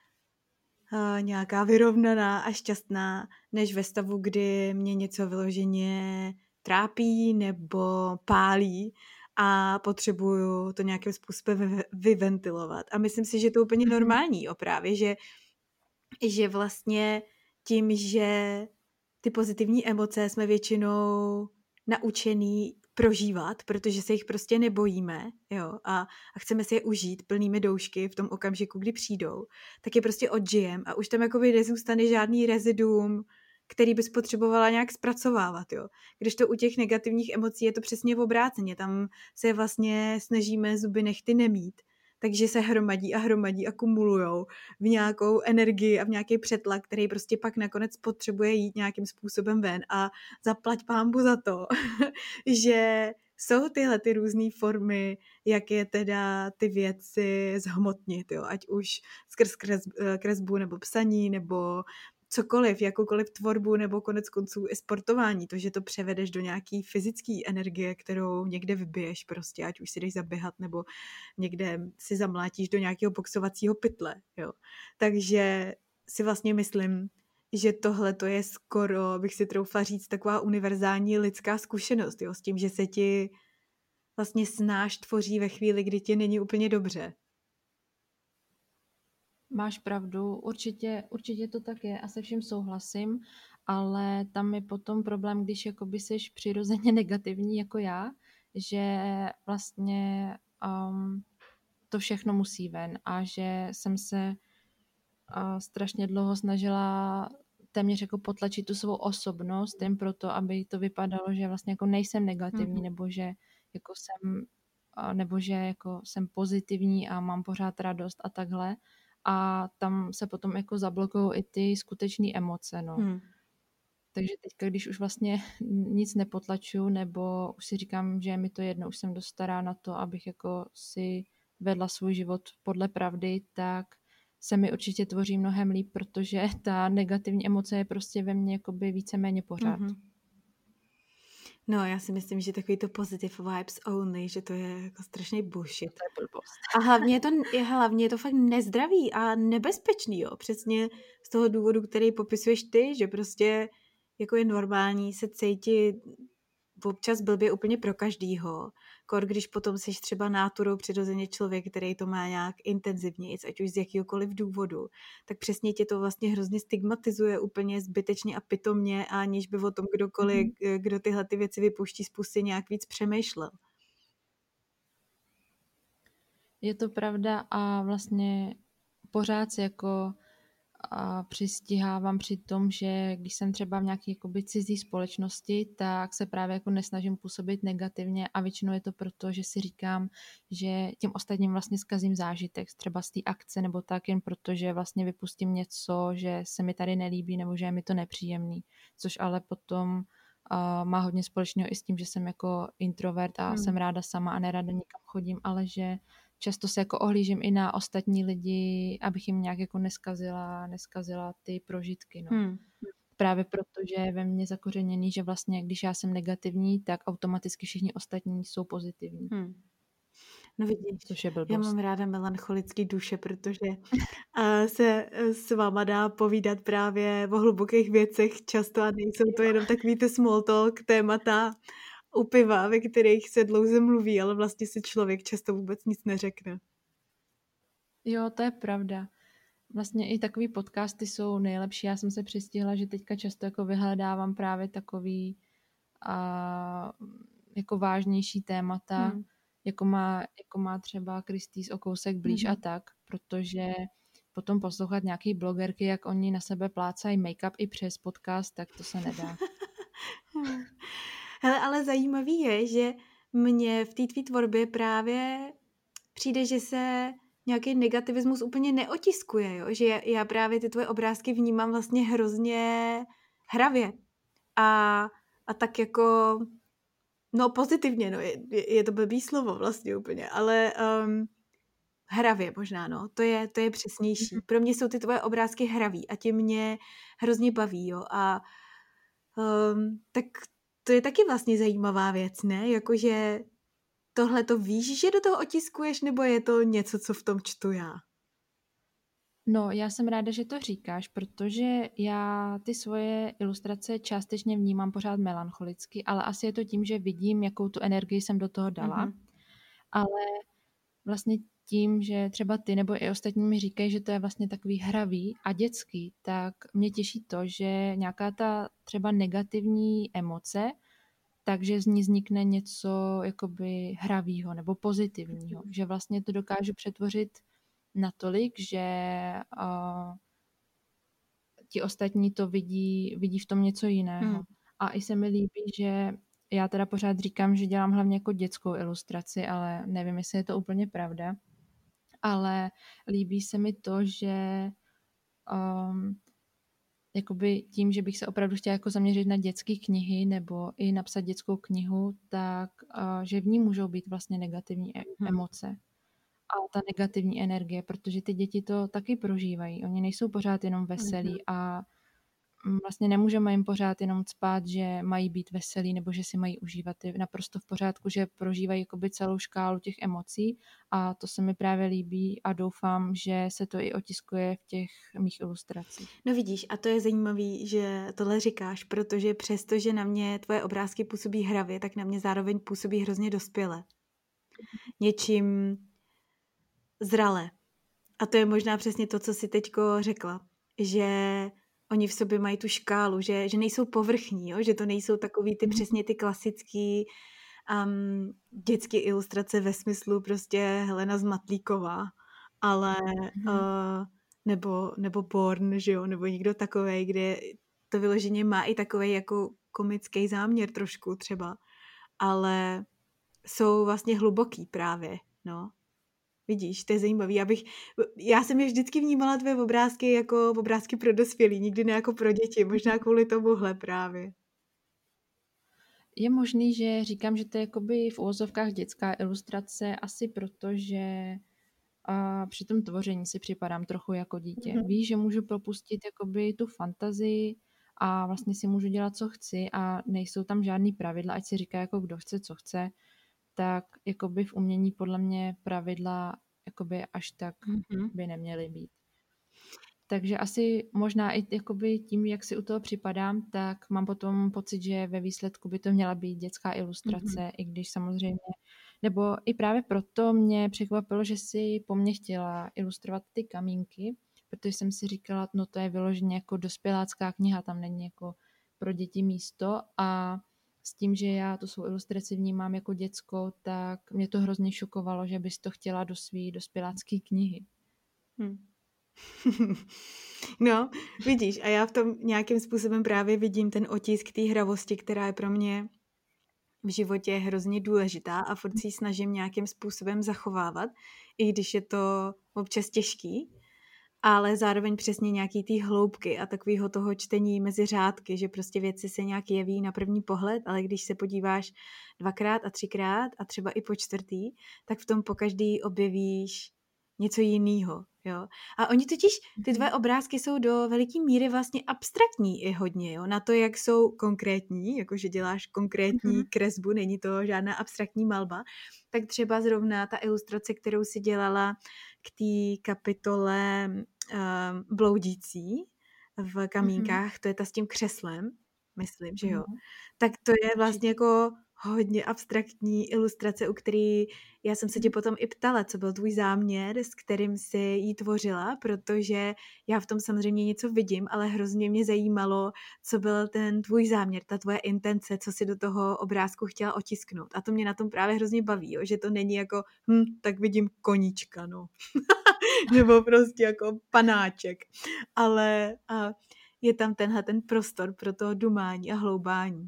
uh, nějaká vyrovnaná a šťastná, než ve stavu, kdy mě něco vyloženě trápí nebo pálí a potřebuju to nějakým způsobem vyventilovat. A myslím si, že to je úplně normální o právě, že, že vlastně tím, že ty pozitivní emoce jsme většinou naučený prožívat, protože se jich prostě nebojíme, jo, a, a chceme si je užít plnými doušky v tom okamžiku, kdy přijdou, tak je prostě odžijem a už tam jakoby nezůstane žádný reziduum který bys potřebovala nějak zpracovávat, jo. Když to u těch negativních emocí je to přesně v obráceně, tam se vlastně snažíme zuby nehty nemít, takže se hromadí a hromadí a kumulujou v nějakou energii a v nějaký přetlak, který prostě pak nakonec potřebuje jít nějakým způsobem ven a zaplať pánbu za to, že jsou tyhle ty různé formy, jak je teda ty věci zhmotnit, jo? Ať už skrz kres, kresbu nebo psaní, nebo cokoliv, jakoukoliv tvorbu, nebo konec konců i sportování, to, že to převedeš do nějaký fyzické energie, kterou někde vybiješ prostě, ať už si jdeš zaběhat, nebo někde si zamlátíš do nějakého boxovacího pytle, jo. Takže si vlastně myslím, že tohle to je skoro, bych si troufla říct, taková univerzální lidská zkušenost, jo, s tím, že se ti vlastně snáš tvoří ve chvíli, kdy ti není úplně dobře. Máš pravdu, určitě, určitě to tak je a se vším souhlasím, ale tam je potom problém, když jakoby jsi přirozeně negativní jako já, že vlastně um, to všechno musí ven a že jsem se uh, strašně dlouho snažila téměř jako potlačit tu svou osobnost, jen proto, aby to vypadalo, že vlastně jako nejsem negativní, Mhm. nebo že jako jsem, uh, nebo že jako jsem pozitivní a mám pořád radost a takhle. A tam se potom jako zablokují i ty skutečné emoce, no. Hmm. Takže teďka, když už vlastně nic nepotlačuju, nebo už si říkám, že je mi to jedno, už jsem dost stará na to, abych jako si vedla svůj život podle pravdy, tak se mi určitě tvoří mnohem líp, protože ta negativní emoce je prostě ve mně jakoby víceméně pořád. Mhm. No, já si myslím, že takový to positive vibes only, že to je jako strašný bullshit. To je blbost. A hlavně je to, je, hlavně je to fakt nezdravý a nebezpečný, jo. Přesně z toho důvodu, který popisuješ ty, že prostě jako je normální se cítit občas blbě úplně pro každýho. Kor, když potom jsi třeba náturou přirozeně člověk, který to má nějak intenzivně, ať už z jakýhokoliv důvodu, tak přesně tě to vlastně hrozně stigmatizuje úplně zbytečně a pitomně, aniž by o tom kdokoliv, mm-hmm. kdo tyhle ty věci vypouští z pusy, nějak víc přemýšlel. Je to pravda a vlastně pořád se jako a přistihávám při tom, že když jsem třeba v nějaké jakoby cizí společnosti, tak se právě jako nesnažím působit negativně a většinou je to proto, že si říkám, že těm ostatním vlastně zkazím zážitek, třeba z té akce nebo tak, jen proto, že vlastně vypustím něco, že se mi tady nelíbí nebo že je mi to nepříjemný, což ale potom uh, má hodně společného i s tím, že jsem jako introvert a hmm. jsem ráda sama a nerada nikam chodím, ale že často se jako ohlížím i na ostatní lidi, abych jim nějak jako neskazila, neskazila ty prožitky, no. Hmm. Právě proto, že je ve mně zakořeněný, že vlastně, když já jsem negativní, tak automaticky všichni ostatní jsou pozitivní. Hmm. No vidíš, což je blbost. Já mám ráda melancholický duše, protože uh, se s váma dá povídat právě o hlubokých věcech často a nejsou to jenom takový ty small talk témata u piva, ve kterých se dlouze mluví, ale vlastně si člověk často vůbec nic neřekne. Jo, to je pravda. Vlastně i takový podcasty jsou nejlepší. Já jsem se přistihla, že teďka často jako vyhledávám právě takový a, jako vážnější témata, hmm. jako, má, jako má třeba Kristýs o kousek blíž hmm. a tak, protože potom poslouchat nějaký blogerky, jak oni na sebe plácají make-up i přes podcast, tak to se nedá. Hele, ale zajímavý je, že mně v té tvý tvorbě právě přijde, že se nějaký negativismus úplně neotiskuje, jo? Že já právě ty tvoje obrázky vnímám vlastně hrozně hravě a, a tak jako no pozitivně, no je, je to blbý slovo vlastně úplně, ale um, hravě možná, no, to je, to je přesnější. Pro mě jsou ty tvoje obrázky hraví a ti mě hrozně baví, jo, a um, tak to je taky vlastně zajímavá věc, ne, jakože tohle to víš, že do toho otiskuješ, nebo je to něco, co v tom čtu já? No, já jsem ráda, že to říkáš, protože já ty svoje ilustrace částečně vnímám pořád melancholicky, ale asi je to tím, že vidím, jakou tu energii jsem do toho dala. Mm-hmm. Ale vlastně tím, že třeba ty nebo i ostatní mi říkají, že to je vlastně takový hravý a dětský, tak mě těší to, že nějaká ta třeba negativní emoce, takže z ní vznikne něco jakoby hravýho nebo pozitivního, že vlastně to dokážu přetvořit natolik, že uh, ti ostatní to vidí, vidí v tom něco jiného. Hmm. A i se mi líbí, že já teda pořád říkám, že dělám hlavně jako dětskou ilustraci, ale nevím, jestli je to úplně pravda. Ale líbí se mi to, že um, jakoby tím, že bych se opravdu chtěla jako zaměřit na dětské knihy nebo i napsat dětskou knihu, tak uh, že v ní můžou být vlastně negativní e- Hmm. emoce a ta negativní energie, protože ty děti to taky prožívají. Oni nejsou pořád jenom veselí a mm, vlastně nemůžeme jim pořád jenom cpát, že mají být veselí nebo že si mají užívat. Je naprosto v pořádku, že prožívají jakoby celou škálu těch emocí a to se mi právě líbí a doufám, že se to i otiskuje v těch mých ilustracích. No vidíš, a to je zajímavý, že tohle říkáš, protože přesto, že na mě tvoje obrázky působí hravě, tak na mě zároveň působí hrozně dospěle. Něčím zrale. A to je možná přesně to, co jsi teďko řekla, že oni v sobě mají tu škálu, že, že nejsou povrchní, jo? Že to nejsou takový ty přesně ty klasický um, dětské ilustrace ve smyslu prostě Helena Zmatlíková, ale uh, nebo, nebo Born, že jo, nebo někdo takovej, kde to vyloženě má i takovej jako komický záměr trošku třeba, ale jsou vlastně hluboký právě, no. Vidíš, to je zajímavý. Já, bych, já jsem je vždycky vnímala tvé obrázky jako obrázky pro dospělí, nikdy ne jako pro děti, možná kvůli tomuhle právě. Je možný, že říkám, že to je jakoby v uvozovkách dětská ilustrace, asi proto, že a při tom tvoření si připadám trochu jako dítě. Mhm. Víš, že můžu propustit jakoby tu fantazii a vlastně si můžu dělat, co chci a nejsou tam žádný pravidla, ať si říká jako kdo chce, co chce, tak jakoby v umění podle mě pravidla jakoby až tak Mhm. by neměly být. Takže asi možná i jakoby tím, jak si u toho připadám, tak mám potom pocit, že ve výsledku by to měla být dětská ilustrace, Mhm. i když samozřejmě, nebo i právě proto mě překvapilo, že si po mně chtěla ilustrovat ty kamínky, protože jsem si říkala, no to je vyloženě jako dospělácká kniha, tam není jako pro děti místo a s tím, že já tu svou ilustraci vnímám jako dětskou, tak mě to hrozně šokovalo, že bys to chtěla do svý dospělácké knihy. Hmm. No, vidíš, a já v tom nějakým způsobem právě vidím ten otisk té hravosti, která je pro mě v životě hrozně důležitá a furt si ji snažím nějakým způsobem zachovávat, i když je to občas těžký, ale zároveň přesně nějaký té hloubky a takového toho čtení mezi řádky, že prostě věci se nějak jeví na první pohled, ale když se podíváš dvakrát a třikrát a třeba i po čtvrtý, tak v tom pokaždý objevíš něco jiného. Jo? A oni totiž, ty tvoje obrázky jsou do veliké míry vlastně abstraktní i hodně, jo? Na to, jak jsou konkrétní, jakože děláš konkrétní kresbu, není to žádná abstraktní malba, tak třeba zrovna ta ilustrace, kterou si dělala k té kapitole um, bloudící v kamínkách, to je ta s tím křeslem, myslím, že jo. Tak to je vlastně jako hodně abstraktní ilustrace, u který já jsem se tě potom i ptala, co byl tvůj záměr, s kterým jsi ji tvořila, protože já v tom samozřejmě něco vidím, ale hrozně mě zajímalo, co byl ten tvůj záměr, ta tvoje intence, co si do toho obrázku chtěla otisknout. A to mě na tom právě hrozně baví, jo, že to není jako, hm, tak vidím koníčka, no. Nebo prostě jako panáček. Ale a je tam tenhle ten prostor pro to dumání a hloubání.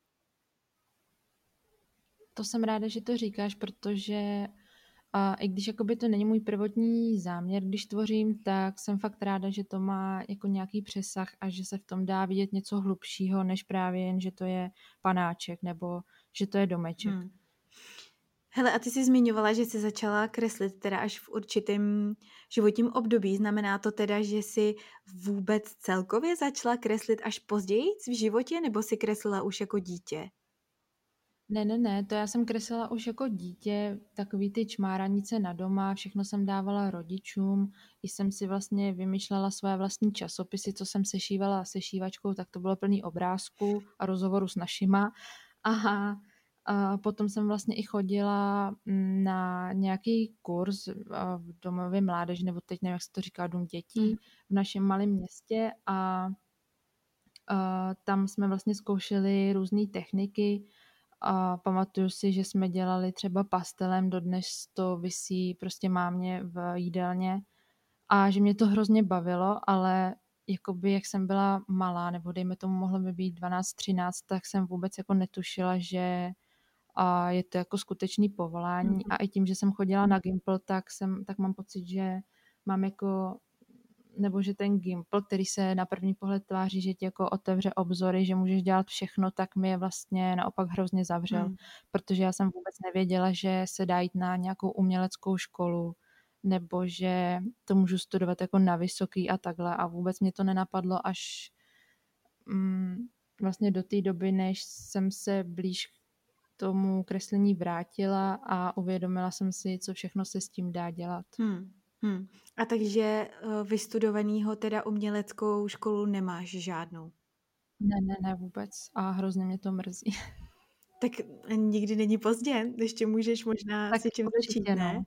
To jsem ráda, že to říkáš, protože a i když jakoby to není můj prvotní záměr, když tvořím, tak jsem fakt ráda, že to má jako nějaký přesah a že se v tom dá vidět něco hlubšího, než právě jen, že to je panáček nebo že to je domeček. Hmm. Hele, a ty jsi zmiňovala, že jsi začala kreslit teda až v určitém životním období. Znamená to teda, že jsi vůbec celkově začala kreslit až později v životě, nebo jsi kreslila už jako dítě? Ne, ne, ne, to já jsem kreslila už jako dítě, takový ty čmáranice na doma, všechno jsem dávala rodičům, i jsem si vlastně vymýšlela své vlastní časopisy, co jsem sešívala sešívačkou, tak to bylo plný obrázků a rozhovorů s našima. Aha. A potom jsem vlastně i chodila na nějaký kurz v domově mládeže, nebo teď nevím, jak se to říká, dům dětí v našem malém městě a, a tam jsme vlastně zkoušeli různé techniky a pamatuju si, že jsme dělali třeba pastelem, dodnes to visí prostě mámě v jídelně a že mě to hrozně bavilo, ale jakoby jak jsem byla malá, nebo dejme tomu mohlo by být dvanáct třináct, tak jsem vůbec jako netušila, že a je to jako skutečný povolání. A Mhm. i tím, že jsem chodila na Gimpl, tak jsem tak mám pocit, že mám jako nebo že ten Gimpl, který se na první pohled tváří, že ti jako otevře obzory, že můžeš dělat všechno, tak mi je vlastně naopak hrozně zavřel. Mm. Protože já jsem vůbec nevěděla, že se dá jít na nějakou uměleckou školu, nebo že to můžu studovat jako na vysoký a takhle. A vůbec mě to nenapadlo až mm, vlastně do té doby, než jsem se blíž k tomu kreslení vrátila a uvědomila jsem si, co všechno se s tím dá dělat. Hmm. Hmm. A takže eh, vystudovanýho teda uměleckou školu nemáš žádnou? Ne, ne, ne vůbec. A hrozně mě to mrzí. Tak nikdy není pozdě, ještě můžeš možná Tak s něčím začít, určitě, ne? no.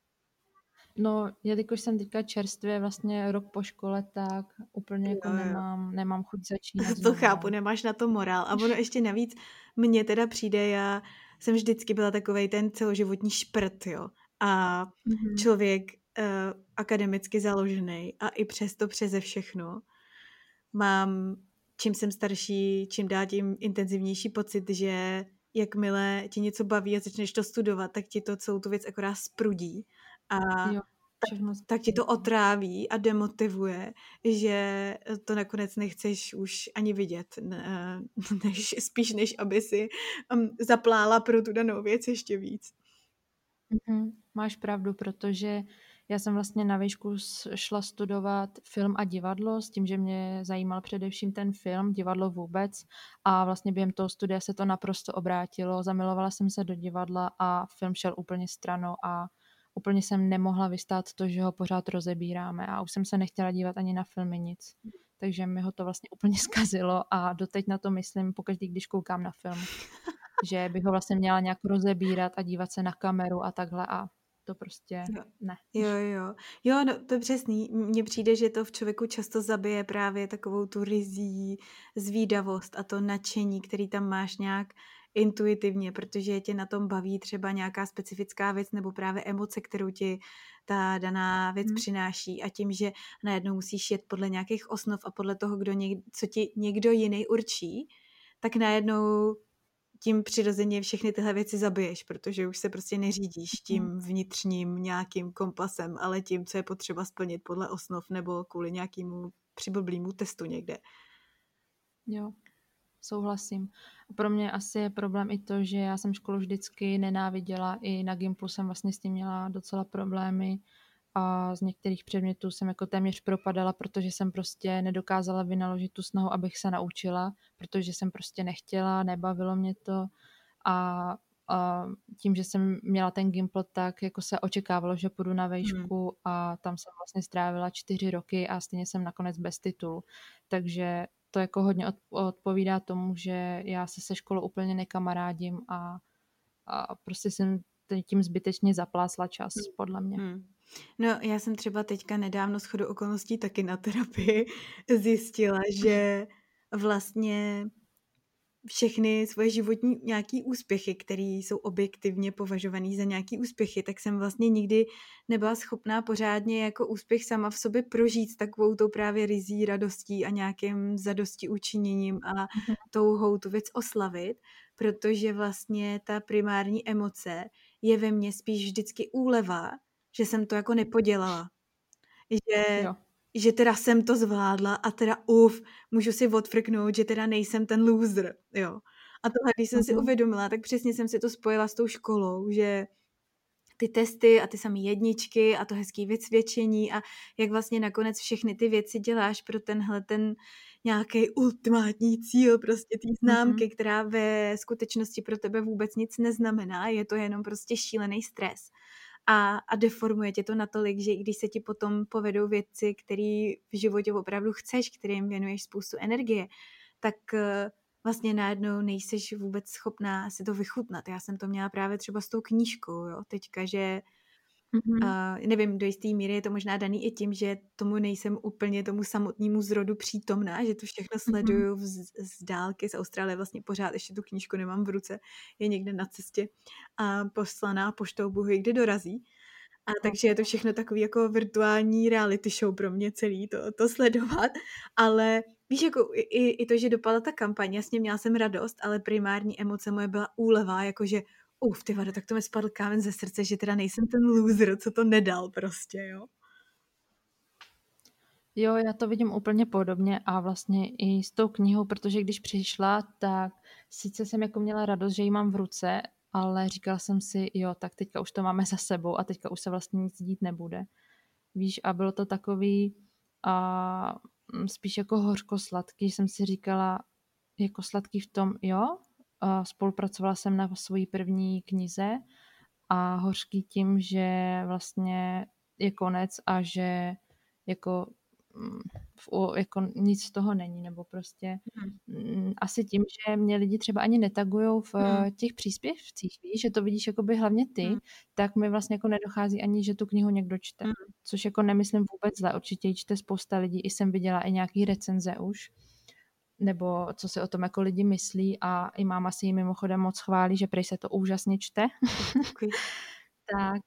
No, jelikož jsem teďka čerstvě vlastně rok po škole, tak úplně jako Jo, jo. nemám, nemám chuť začínat To znovu, chápu, no. nemáš na to morál. A ono ještě navíc mně teda přijde, já jsem vždycky byla takovej ten celoživotní šprt, jo. A Mhm. člověk uh, akademicky založený a i přesto přeze všechno mám, čím jsem starší, čím dál tím intenzivnější pocit, že jakmile ti něco baví a začneš to studovat, tak ti to celou tu věc akorát sprudí. A Jo, všechno tak ti to změní. otráví a demotivuje, že to nakonec nechceš už ani vidět, ne, než, spíš než aby si um, zaplála pro tu danou věc ještě víc. Mhm, máš pravdu, protože já jsem vlastně na výšku s- šla studovat film a divadlo s tím, že mě zajímal především ten film, divadlo vůbec a vlastně během toho studia se to naprosto obrátilo. Zamilovala jsem se do divadla a film šel úplně stranou a úplně jsem nemohla vystát to, že ho pořád rozebíráme a už jsem se nechtěla dívat ani na filmy nic. Takže mi ho to vlastně úplně zkazilo a doteď na to myslím pokaždý, když koukám na film, že bych ho vlastně měla nějak rozebírat a dívat se na kameru a takhle a to prostě Jo. ne. Jo, jo. Jo, no to je přesný. Mně přijde, že to v člověku často zabije právě takovou tu rizí, zvídavost a to nadšení, který tam máš nějak intuitivně, protože tě na tom baví třeba nějaká specifická věc nebo právě emoce, kterou ti ta daná věc Mhm. přináší a tím, že najednou musíš jet podle nějakých osnov a podle toho, kdo něk, co ti někdo jiný určí, tak najednou tím přirozeně všechny tyhle věci zabiješ, protože už se prostě neřídíš Mhm. tím vnitřním nějakým kompasem, ale tím, co je potřeba splnit podle osnov nebo kvůli nějakému přiblblýmu testu někde. Jo, souhlasím. Pro mě asi je problém i to, že já jsem školu vždycky nenáviděla, i na Gimplu jsem vlastně s tím měla docela problémy a z některých předmětů jsem jako téměř propadala, protože jsem prostě nedokázala vynaložit tu snahu, abych se naučila, protože jsem prostě nechtěla, nebavilo mě to a, a tím, že jsem měla ten Gimpl, tak jako se očekávalo, že půjdu na Hmm. vejšku a tam jsem vlastně strávila čtyři roky a stejně jsem nakonec bez titulu. Takže to jako hodně odpovídá tomu, že já se se školou úplně nekamarádím a, a prostě jsem tím zbytečně zaplásla čas, podle mě. Hmm. No, já jsem třeba teďka nedávno shodou okolností taky na terapii zjistila, že vlastně všechny svoje životní nějaký úspěchy, které jsou objektivně považované za nějaký úspěchy, tak jsem vlastně nikdy nebyla schopná pořádně jako úspěch sama v sobě prožít takovou tou právě rizí radostí a nějakým zadosti učiněním a Mhm. touhou tu věc oslavit, protože vlastně ta primární emoce je ve mně spíš vždycky úleva, že jsem to jako nepodělala. Že Jo. že teda jsem to zvládla a teda uf, můžu si odfrknout, že teda nejsem ten loser, jo. A tohle, když jsem si Mhm. uvědomila, tak přesně jsem si to spojila s tou školou, že ty testy a ty samé jedničky a to hezký vysvědčení a jak vlastně nakonec všechny ty věci děláš pro tenhle ten nějaký ultimátní cíl, prostě té známky, Mhm. která ve skutečnosti pro tebe vůbec nic neznamená, je to jenom prostě šílený stres. A, a deformuje tě to natolik, že i když se ti potom povedou věci, které v životě opravdu chceš, kterým věnuješ spoustu energie, tak eh, vlastně najednou nejseš vůbec schopná si to vychutnat. Já jsem to měla právě třeba s tou knížkou, jo, teďka, že Mhm. uh, nevím, do jisté míry je to možná daný i tím, že tomu nejsem úplně tomu samotnému zrodu přítomná, že to všechno Mhm. sleduju z, z dálky z Austrálie, vlastně pořád ještě tu knížku nemám v ruce, je někde na cestě a poslaná poštou Bůh ví, kdy dorazí. A takže je to všechno takový jako virtuální reality show pro mě celý to, to sledovat, ale víš, jako i, i to, že dopadla ta kampaň, jasně měla jsem radost, ale primární emoce moje byla úleva, jakože uf, ty vado, tak to mi spadl kámen ze srdce, že teda nejsem ten loser, co to nedal prostě, jo. Jo, já to vidím úplně podobně a vlastně i s tou knihou, protože když přišla, tak sice jsem jako měla radost, že ji mám v ruce, ale říkala jsem si, jo, tak teďka už to máme za sebou a teďka už se vlastně nic dít nebude. Víš, a bylo to takový a spíš jako hořko-sladký, že jsem si říkala, jako sladký v tom, jo, a spolupracovala jsem na svojí první knize a hořký tím, že vlastně je konec a že jako jako nic z toho není, nebo prostě hmm. asi tím, že mě lidi třeba ani netagujou v hmm. těch příspěvcích, víš, že to vidíš jakoby hlavně ty, hmm. tak mi vlastně jako nedochází ani, že tu knihu někdo čte. Hmm. Což jako nemyslím vůbec zle, určitě ji čte spousta lidí, i jsem viděla i nějaký recenze už, nebo co si o tom jako lidi myslí a i máma si ji mimochodem moc chválí, že prej se to úžasně čte. Tak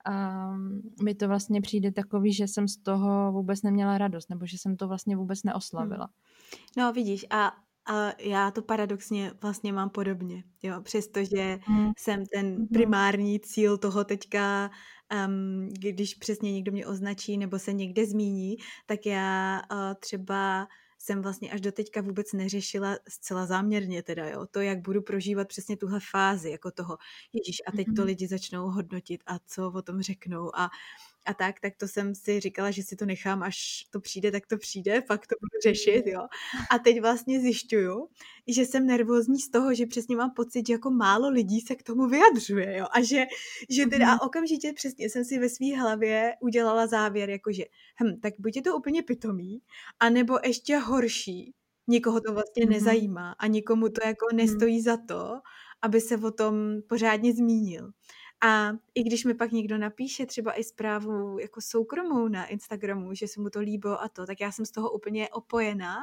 um, mi to vlastně přijde takový, že jsem z toho vůbec neměla radost, nebo že jsem to vlastně vůbec neoslavila. Hmm. No vidíš, a, a já to paradoxně vlastně mám podobně, jo, přestože hmm. jsem ten primární cíl toho teďka, um, když přesně někdo mě označí nebo se někde zmíní, tak já uh, třeba jsem vlastně až do teďka vůbec neřešila zcela záměrně teda, jo, to, jak budu prožívat přesně tuhle fázi, jako toho, ježíš, a teď to lidi začnou hodnotit a co o tom řeknou a a tak, tak to jsem si říkala, že si to nechám, až to přijde, tak to přijde, pak to budu řešit, jo. A teď vlastně zjišťuju, že jsem nervózní z toho, že přesně mám pocit, že jako málo lidí se k tomu vyjadřuje, jo. A že, že teda a okamžitě přesně jsem si ve své hlavě udělala závěr, jakože, hm, tak buď je to úplně pitomý, anebo ještě horší, nikoho to vlastně nezajímá a nikomu to jako nestojí za to, aby se o tom pořádně zmínil. A i když mi pak někdo napíše třeba i zprávu jako soukromou na Instagramu, že se mu to líbilo a to, tak já jsem z toho úplně opojená,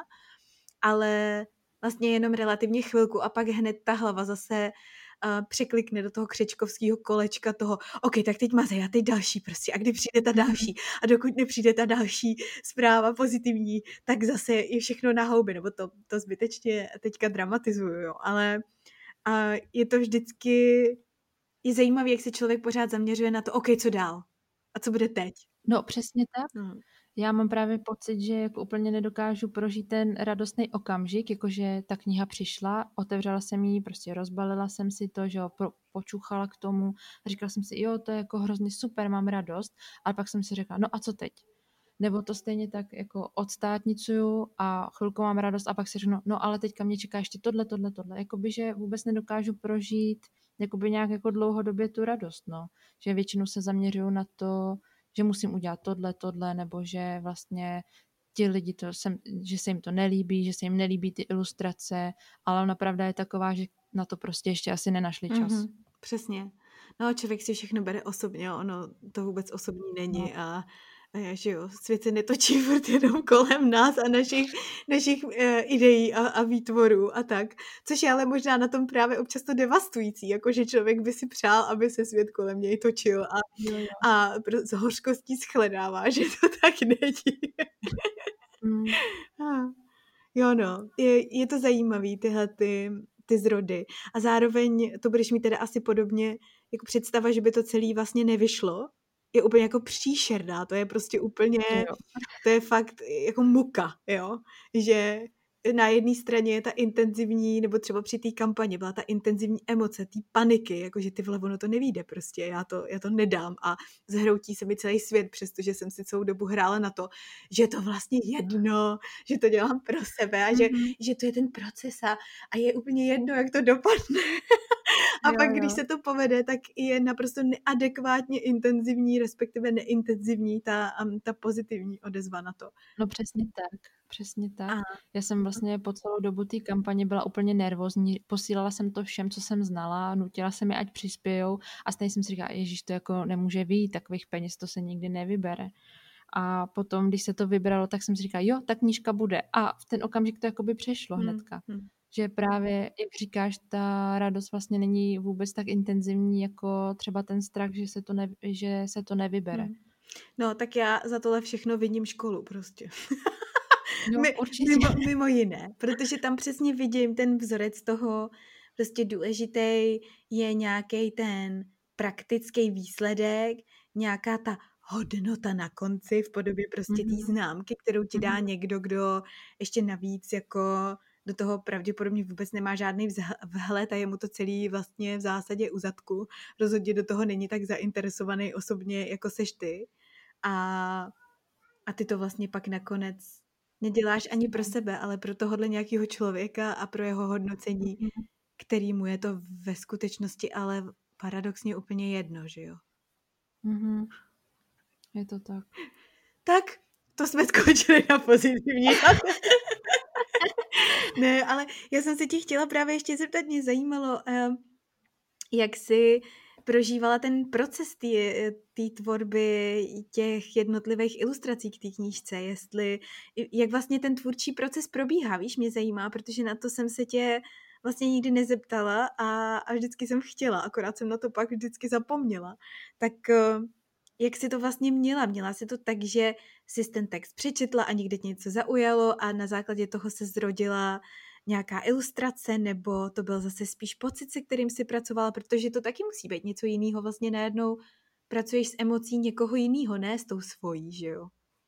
ale vlastně jenom relativně chvilku a pak hned ta hlava zase uh, překlikne do toho křečkovského kolečka toho, ok, tak teď mazej a teď další prostě a kdy přijde ta další a dokud nepřijde ta další zpráva pozitivní, tak zase je všechno na houby, nebo to, to zbytečně teďka dramatizuju, jo, ale uh, je to vždycky je zajímavé, jak se člověk pořád zaměřuje na to, OK, co dál? A co bude teď? No přesně tak. Hmm. Já mám právě pocit, že jako úplně nedokážu prožít ten radostný okamžik, jakože ta kniha přišla, otevřela jsem ji, prostě rozbalila jsem si to, že jo, počuchala k tomu, říkala jsem si, jo, to je jako hrozně super, mám radost, ale pak jsem si řekla, no a co teď? Nebo to stejně tak jako odstátnicuju a chvilku mám radost a pak si řeknu, no ale teďka mě čeká ještě tohle, tohle, tohle. Jakoby, že vůbec nedokážu prožít jakoby nějak jako dlouhodobě tu radost, no. Že většinou se zaměřuju na to, že musím udělat tohle, tohle, nebo že vlastně ti lidi, to sem, že se jim to nelíbí, že se jim nelíbí ty ilustrace, ale ona pravda je taková, že na to prostě ještě asi nenašli čas. Mm-hmm, přesně. No člověk si všechno bere osobně, ono to vůbec osobní není no. a že jo, svět se netočí furt jenom kolem nás a našich, našich uh, ideí a, a výtvorů a tak, což je ale možná na tom právě občas to devastující, jakože člověk by si přál, aby se svět kolem něj točil a, jo, jo. a z hořkostí shledává, že to tak není. mm. Jo no, je, je to zajímavý tyhle ty, ty zrody a zároveň to budeš mít teda asi podobně jako představa, že by to celé vlastně nevyšlo, je úplně jako příšerná, to je prostě úplně, jo. to je fakt jako muka, jo, že na jedné straně je ta intenzivní, nebo třeba při té kampani byla ta intenzivní emoce, té paniky, jakože ty vole, ono to nevíde prostě, já to, já to nedám a zhroutí se mi celý svět, přestože jsem si celou dobu hrála na to, že je to vlastně jedno, že to dělám pro sebe a mm-hmm. že, že to je ten proces a, a je úplně jedno, jak to dopadne. A jo, pak, jo. když se to povede, tak je naprosto neadekvátně intenzivní, respektive neintenzivní ta, um, ta pozitivní odezva na to. No přesně tak, přesně tak. Aha. Já jsem vlastně po celou dobu té kampaně byla úplně nervózní, posílala jsem to všem, co jsem znala, nutila jsem je, ať přispějou a stejně jsem si říkala, ježiš, to jako nemůže vyjít, takových peněz to se nikdy nevybere. A potom, když se to vybralo, tak jsem si říkala, jo, ta knížka bude. A v ten okamžik to jakoby přešlo hmm. hnedka. Hmm. Že právě, jak říkáš, ta radost vlastně není vůbec tak intenzivní jako třeba ten strach, že se to, ne, že se to nevybere. Hmm. No, tak já za tohle všechno vidím školu prostě. Jo, Mi, určitě. mimo, mimo jiné, protože tam přesně vidím ten vzorec toho, prostě důležitý je nějaký ten praktický výsledek, nějaká ta hodnota na konci v podobě prostě té Mhm. známky, kterou ti dá Mhm. někdo, kdo ještě navíc jako do toho pravděpodobně vůbec nemá žádný vzh- vhled a je mu to celý vlastně v zásadě u zadku. Rozhodně do toho není tak zainteresovaný osobně, jako seš ty. A, a ty to vlastně pak nakonec neděláš ani pro sebe, ale pro tohohle nějakého člověka a pro jeho hodnocení, Mhm. který mu je to ve skutečnosti ale paradoxně úplně jedno, že jo? Mhm. Je to tak. Tak, to jsme skončili na pozitivní. Ne, ale já jsem se ti chtěla právě ještě zeptat, mě zajímalo, um, jak jsi prožívala ten proces té tvorby těch jednotlivých ilustrací k té knížce, jestli, jak vlastně ten tvůrčí proces probíhá, víš, mě zajímá, protože na to jsem se tě vlastně nikdy nezeptala a, a vždycky jsem chtěla, akorát jsem na to pak vždycky zapomněla. Tak jak jsi to vlastně měla? Měla jsi to tak, že jsi ten text přečetla a někde tě něco zaujalo a na základě toho se zrodila nějaká ilustrace, nebo to byl zase spíš pocit, se kterým si pracovala, protože to taky musí být něco jiného. Vlastně najednou pracuješ s emocí někoho jiného, ne s tou svojí, že jo?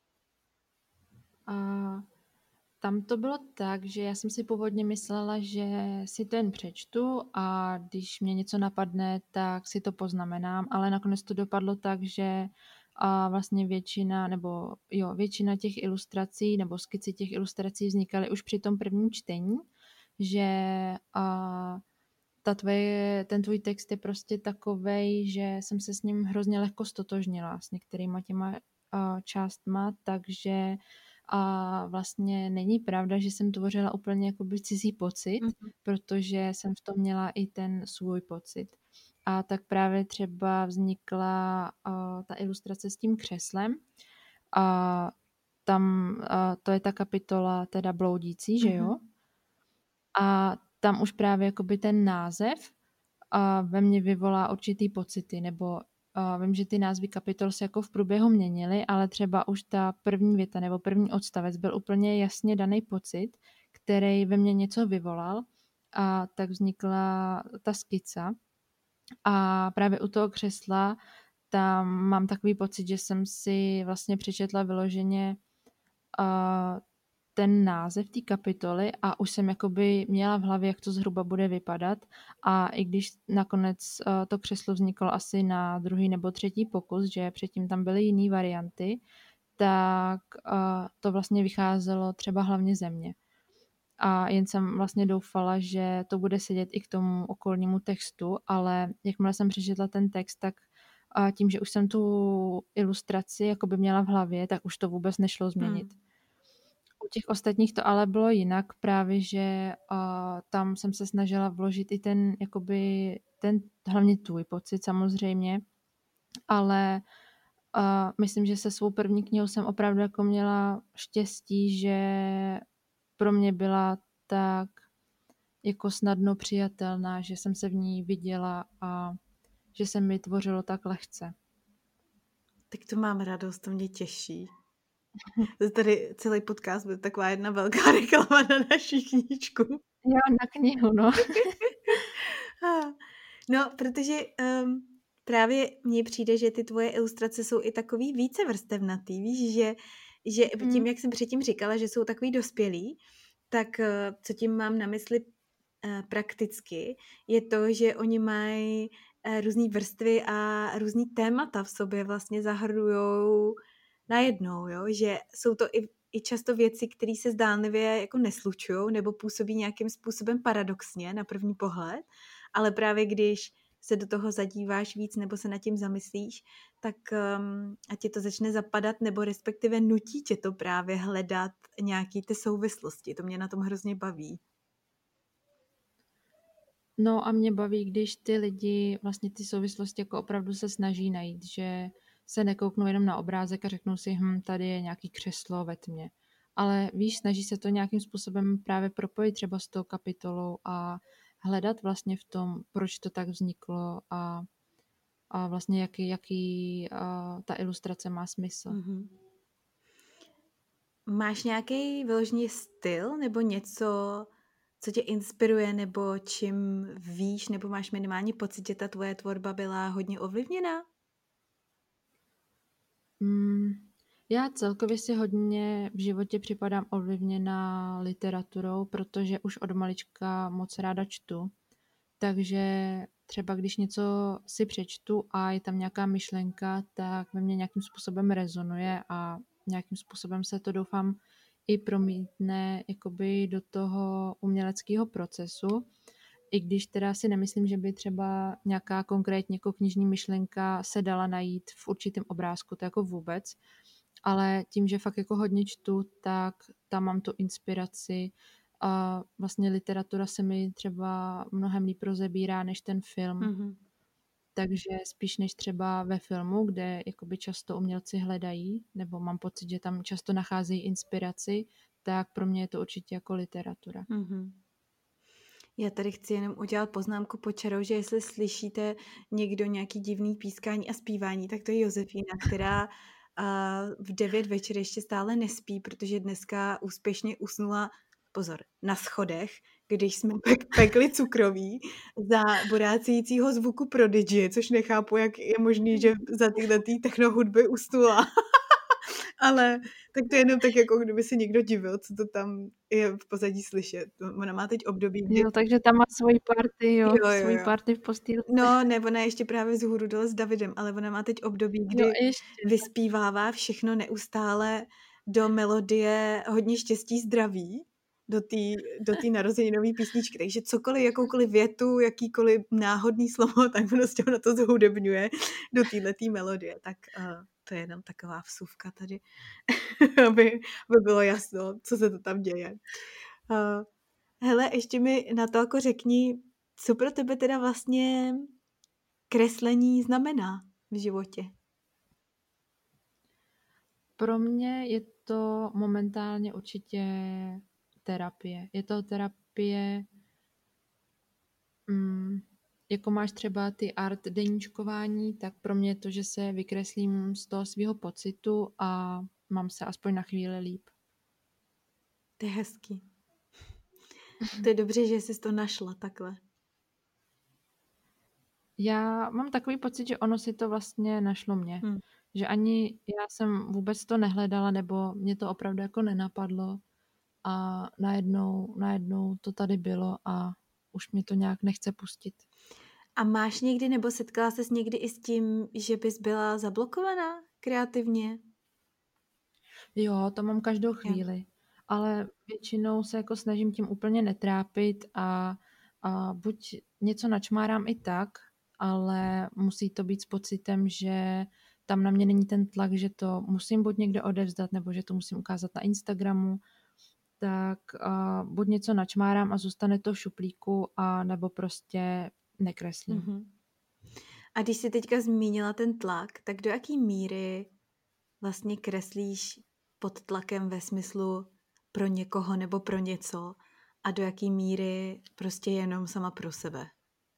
A tam to bylo tak, že já jsem si původně myslela, že si to jen přečtu a když mě něco napadne, tak si to poznamenám, ale nakonec to dopadlo tak, že a vlastně většina, nebo jo, většina těch ilustrací nebo skici těch ilustrací vznikaly už při tom prvním čtení, že a ta tvoje, ten tvůj text je prostě takovej, že jsem se s ním hrozně lehko stotožnila s některýma těma a, částma, takže a vlastně není pravda, že jsem tvořila úplně jakoby cizí pocit, Mhm. protože jsem v tom měla i ten svůj pocit. A tak právě třeba vznikla a, ta ilustrace s tím křeslem a tam a, to je ta kapitola teda bloudící, že jo? Mhm. A tam už právě jakoby ten název a ve mně vyvolá určitý pocity, nebo a vím, že ty názvy kapitol se jako v průběhu měnily, ale třeba už ta první věta nebo první odstavec byl úplně jasně daný pocit, který ve mně něco vyvolal a tak vznikla ta skica. A právě u toho křesla tam mám takový pocit, že jsem si vlastně přečetla vyloženě a ten název té kapitoly a už jsem jakoby měla v hlavě, jak to zhruba bude vypadat a i když nakonec uh, to křeslo vzniklo asi na druhý nebo třetí pokus, že předtím tam byly jiné varianty, tak uh, to vlastně vycházelo třeba hlavně ze mě. A jen jsem vlastně doufala, že to bude sedět i k tomu okolnímu textu, ale jakmile jsem přečetla ten text, tak a tím, že už jsem tu ilustraci jakoby měla v hlavě, tak už to vůbec nešlo změnit. Hmm. U těch ostatních to ale bylo jinak, právě že uh, tam jsem se snažila vložit i ten, jakoby, ten hlavně tvůj pocit samozřejmě, ale uh, myslím, že se svou první knihou jsem opravdu jako měla štěstí, že pro mě byla tak jako snadno přijatelná, že jsem se v ní viděla a že se mi tvořilo tak lehce. Tak to mám radost, to mě těší. Tady celý podcast byl taková jedna velká reklama na naší knížku. Jo, na knihu, no. No, protože um, právě mně přijde, že ty tvoje ilustrace jsou i takový vícevrstevnatý, víš, že, že tím, jak jsem předtím říkala, že jsou takový dospělí, tak uh, co tím mám na mysli uh, prakticky, je to, že oni mají uh, různé vrstvy a různý témata v sobě vlastně zahrnujou najednou, jo? Že jsou to i, i často věci, které se zdánlivě jako neslučují nebo působí nějakým způsobem paradoxně na první pohled, ale právě když se do toho zadíváš víc nebo se nad tím zamyslíš, tak um, a ti to začne zapadat nebo respektive nutí tě to právě hledat nějaký ty souvislosti. To mě na tom hrozně baví. No a mě baví, když ty lidi vlastně ty souvislosti jako opravdu se snaží najít, že se nekouknou jenom na obrázek a řeknou si, hm, tady je nějaký křeslo ve tmě. ale víš, snaží se to nějakým způsobem právě propojit třeba s tou kapitolou a hledat vlastně v tom, proč to tak vzniklo a, a vlastně jaký, jaký a, ta ilustrace má smysl. Mm-hmm. Máš nějaký vyložený styl nebo něco, co tě inspiruje, nebo čím víš, nebo máš minimálně pocit, že ta tvoje tvorba byla hodně ovlivněná? Mm, já celkově si hodně v životě připadám ovlivněná literaturou, protože už od malička moc ráda čtu. Takže třeba když něco si přečtu a je tam nějaká myšlenka, tak ve mně nějakým způsobem rezonuje a nějakým způsobem se to doufám i promítne jakoby do toho uměleckého procesu. I když teda si nemyslím, že by třeba nějaká konkrétně jako knižní myšlenka se dala najít v určitém obrázku, to jako vůbec. Ale tím, že fakt jako hodně čtu, tak tam mám tu inspiraci a vlastně literatura se mi třeba mnohem líp rozebírá než ten film. Mm-hmm. Takže spíš než třeba ve filmu, kde jakoby často umělci hledají, nebo mám pocit, že tam často nacházejí inspiraci, tak pro mě je to určitě jako literatura. Mm-hmm. Já tady chci jenom udělat poznámku pod čarou, že jestli slyšíte někdo nějaký divný pískání a zpívání, tak to je Josefína, která a, v devět večer ještě stále nespí, protože dneska úspěšně usnula, pozor, na schodech, když jsme pek- pekli cukroví za borácícího zvuku Prodigy, což nechápu, jak je možný, že za tyhle tý technohudby usnula. Ale tak to je jenom tak, jako kdyby se někdo divil, co to tam je v pozadí slyšet. Ona má teď období, kdy... Jo, takže tam má svoji party, jo, Jo, jo, svoji jo. party v postýlce. No, ne, ona ještě právě vzhůru dole s Davidem, ale ona má teď období, kdy Jo, ještě. vyspívává všechno neustále do melodie Hodně štěstí, zdraví, do té do té narozeninové písničky. Takže cokoliv, jakoukoliv větu, jakýkoliv náhodný slovo, tak prostě ona to zhudebňuje do téhletý melodie. Tak uh, to je jenom taková vsuvka tady, aby, aby bylo jasno, co se to tam děje. Uh, hele, ještě mi na to jako řekni, co pro tebe teda vlastně kreslení znamená v životě? Pro mě je to momentálně určitě terapie. Je to terapie, mm, jako máš třeba ty art deníčkování, tak pro mě je to, že se vykreslím z toho svého pocitu a mám se aspoň na chvíli líp. To je hezký. To je dobře, že jsi to našla takhle. Já mám takový pocit, že ono si to vlastně našlo mě. Hmm. Že ani já jsem vůbec to nehledala, nebo mě to opravdu jako nenapadlo a najednou, najednou to tady bylo a už mě to nějak nechce pustit. A máš někdy, nebo setkala ses někdy i s tím, že bys byla zablokovaná kreativně? Jo, to mám každou chvíli. Ale většinou se jako snažím tím úplně netrápit a, a buď něco načmárám i tak, ale musí to být s pocitem, že tam na mě není ten tlak, že to musím buď někde odevzdat, nebo že to musím ukázat na Instagramu, tak uh, buď něco načmárám a zůstane to v šuplíku, a nebo prostě nekreslím. Mm-hmm. A když jsi teďka zmínila ten tlak, tak do jaký míry vlastně kreslíš pod tlakem ve smyslu pro někoho nebo pro něco a do jaký míry prostě jenom sama pro sebe?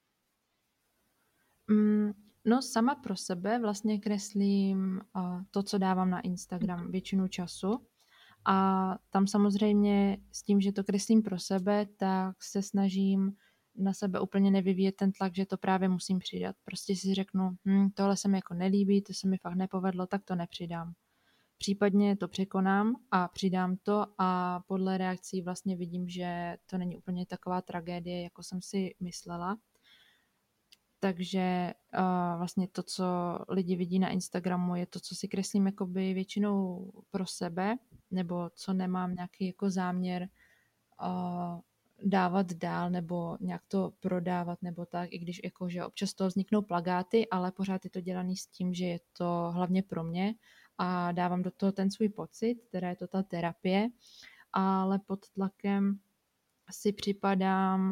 Mm, no sama pro sebe vlastně kreslím uh, to, co dávám na Instagram většinu času. A tam samozřejmě s tím, že to kreslím pro sebe, tak se snažím na sebe úplně nevyvíjet ten tlak, že to právě musím přidat. Prostě si řeknu, hm, tohle se mi jako nelíbí, to se mi fakt nepovedlo, tak to nepřidám. Případně to překonám a přidám to a podle reakcí vlastně vidím, že to není úplně taková tragédie, jako jsem si myslela. Takže uh, vlastně to, co lidi vidí na Instagramu, je to, co si kreslím jakoby většinou pro sebe, nebo co nemám nějaký jako záměr uh, dávat dál, nebo nějak to prodávat, nebo tak, i když jako, že občas to vzniknou plagáty, ale pořád je to dělaný s tím, že je to hlavně pro mě a dávám do toho ten svůj pocit, teda je to ta terapie, ale pod tlakem si připadám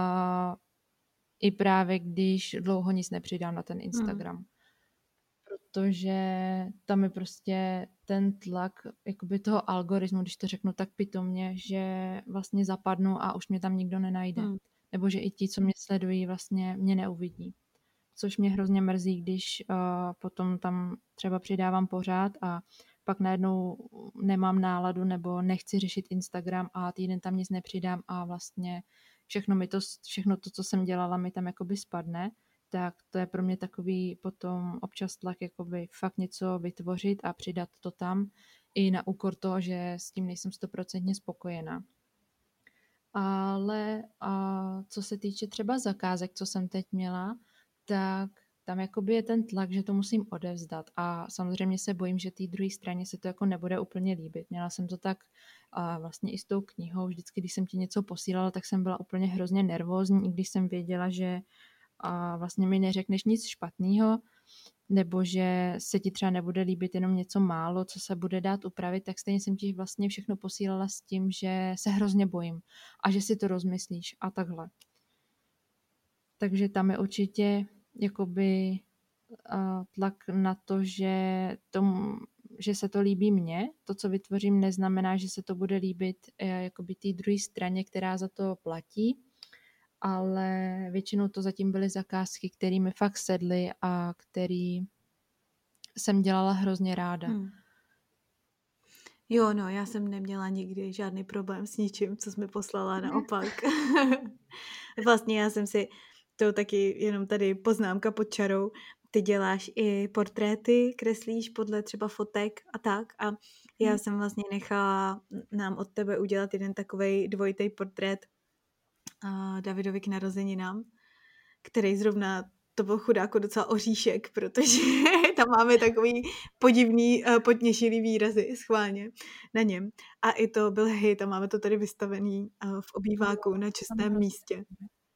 uh, i právě když dlouho nic nepřidám na ten Instagram. Hmm. protože tam je prostě ten tlak jakoby toho algoritmu, když to řeknu tak pitomně, že vlastně zapadnu a už mě tam nikdo nenajde. Hmm. Nebo že i ti, co mě sledují, vlastně mě neuvidí. Což mě hrozně mrzí, když uh, potom tam třeba přidávám pořád a pak najednou nemám náladu nebo nechci řešit Instagram a týden tam nic nepřidám a vlastně všechno, mi to, všechno to, co jsem dělala, mi tam jakoby spadne, tak to je pro mě takový potom občas tlak jakoby fakt něco vytvořit a přidat to tam i na úkor toho, že s tím nejsem stoprocentně spokojená. Ale a co se týče třeba zakázek, co jsem teď měla, tak tam jakoby je ten tlak, že to musím odevzdat a samozřejmě se bojím, že té druhé straně se to jako nebude úplně líbit. Měla jsem to tak a vlastně i s tou knihou, vždycky, když jsem ti něco posílala, tak jsem byla úplně hrozně nervózní, i když jsem věděla, že a vlastně mi neřekneš nic špatného, nebo že se ti třeba nebude líbit jenom něco málo, co se bude dát upravit, tak stejně jsem ti vlastně všechno posílala s tím, že se hrozně bojím a že si to rozmyslíš a takhle. Takže tam je určitě jakoby uh, tlak na to, že, tom, že se to líbí mně. To, co vytvořím, neznamená, že se to bude líbit uh, jakoby té druhé straně, která za to platí, ale většinou to zatím byly zakázky, které mi fakt sedly a který jsem dělala hrozně ráda. Hmm. Jo, no, já jsem neměla nikdy žádný problém s ničím, co jsi mi poslala, naopak. Vlastně já jsem si, to taky jenom tady poznámka pod čarou, ty děláš i portréty, kreslíš podle třeba fotek a tak a já jsem vlastně nechala nám od tebe udělat jeden takovej dvojitý portrét uh, Davidovi k narozeninám, který zrovna to byl chudáko docela oříšek, protože tam máme takový podivný, uh, podněšilý výrazy schválně na něm. A i to byl hit a máme to tady vystavený uh, v obýváku na čestném místě.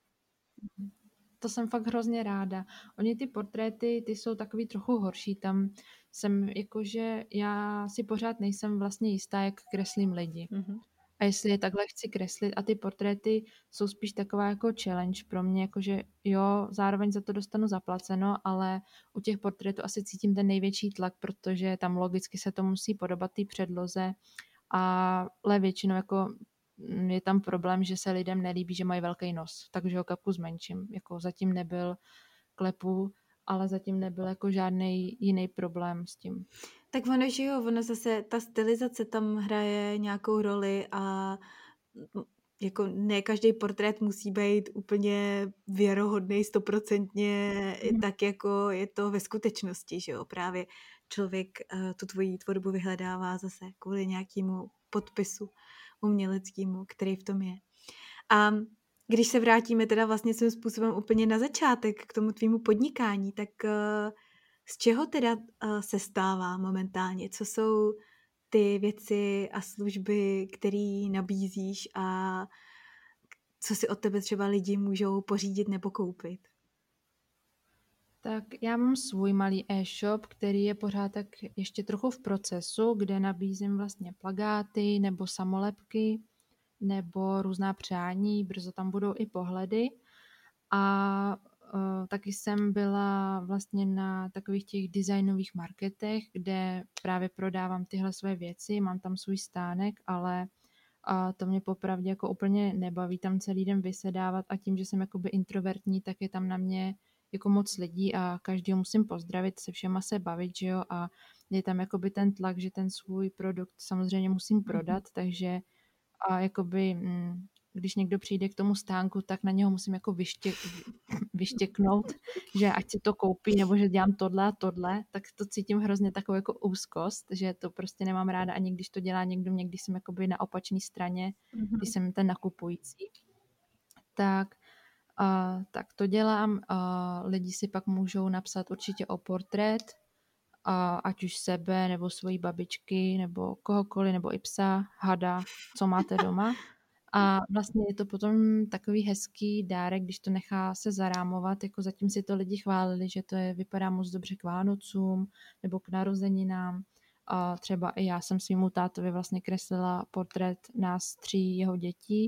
To jsem fakt hrozně ráda. Oni ty portréty, ty jsou takový trochu horší. Tam jsem jakože, já si pořád nejsem vlastně jistá, jak kreslím lidi. Mm-hmm. A jestli je takhle chci kreslit a ty portréty jsou spíš taková jako challenge pro mě, jakože jo, zároveň za to dostanu zaplaceno, ale u těch portrétů asi cítím ten největší tlak, protože tam logicky se to musí podobat té předloze, ale většinou jako je tam problém, že se lidem nelíbí, že mají velký nos, takže ho kapku zmenším. Jako zatím nebyl klepu, ale zatím nebyl jako žádný jiný problém s tím. Tak ono, že jo, ono zase, ta stylizace tam hraje nějakou roli a jako ne každý portrét musí být úplně věrohodný stoprocentně, mm. tak jako je to ve skutečnosti, že jo, právě člověk uh, tu tvoji tvorbu vyhledává zase kvůli nějakému podpisu uměleckému, který v tom je. A když se vrátíme teda vlastně svým způsobem úplně na začátek k tomu tvýmu podnikání, tak uh, z čeho teda uh, se stává momentálně? Co jsou ty věci a služby, které nabízíš a co si od tebe třeba lidi můžou pořídit nebo koupit? Tak já mám svůj malý e-shop, který je pořád tak ještě trochu v procesu, kde nabízím vlastně plagáty nebo samolepky nebo různá přání, brzo tam budou i pohledy. A uh, taky jsem byla vlastně na takových těch designových marketech, kde právě prodávám tyhle své věci, mám tam svůj stánek, ale uh, to mě popravdě jako úplně nebaví tam celý den vysedávat a tím, že jsem jakoby introvertní, tak je tam na mě jako moc lidí a každýho musím pozdravit, se všema se bavit, že jo, a je tam jakoby ten tlak, že ten svůj produkt samozřejmě musím prodat, mm-hmm. takže a jakoby, mm, když někdo přijde k tomu stánku, tak na něho musím jako vyště, vyštěknout, že ať si to koupí, nebo že dělám tohle a tohle, tak to cítím hrozně takovou jako úzkost, že to prostě nemám ráda, ani když to dělá někdo mě, když jsem jakoby na opačné straně, mm-hmm. když jsem ten nakupující. Tak, uh, tak to dělám. Uh, lidi si pak můžou napsat určitě o portrét, uh, ať už sebe, nebo svojí babičky, nebo kohokoliv, nebo i psa, hada, co máte doma. A vlastně je to potom takový hezký dárek, když to nechá se zarámovat, jako zatím si to lidi chválili, že to je, vypadá moc dobře k Vánocům nebo k narozeninám. A třeba i já jsem svýmu tátovi vlastně kreslila portrét nás tří jeho dětí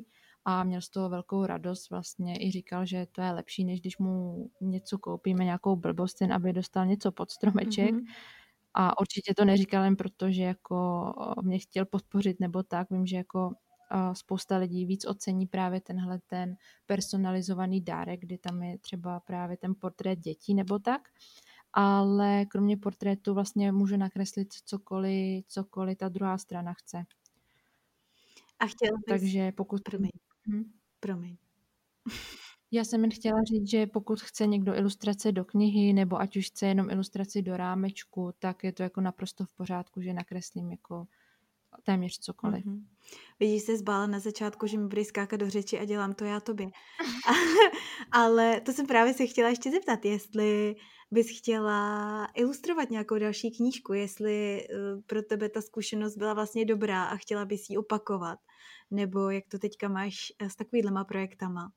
a měl z toho velkou radost vlastně i říkal, že to je lepší, než když mu něco koupíme, nějakou blbost, jen aby dostal něco pod stromeček. Mhm. A určitě to neříkal jen proto, že jako mě chtěl podpořit nebo tak. Vím, že jako spousta lidí víc ocení právě tenhle ten personalizovaný dárek, kdy tam je třeba právě ten portrét dětí nebo tak. Ale kromě portrétu vlastně může nakreslit cokoliv, cokoliv ta druhá strana chce. A chtěla bys... Takže pokud... Promiň. Hm? Promiň. Já jsem jen chtěla říct, že pokud chce někdo ilustrace do knihy, nebo ať už chce jenom ilustraci do rámečku, tak je to jako naprosto v pořádku, že nakreslím jako téměř cokoliv. Mm-hmm. Vidíš, se zbála na začátku, že mi bude skákat do řeči a dělám to já tobě. Ale to jsem právě se chtěla ještě zeptat, jestli bys chtěla ilustrovat nějakou další knížku, jestli uh, pro tebe ta zkušenost byla vlastně dobrá a chtěla bys ji opakovat, nebo jak to teďka máš s takovýhlema projektama?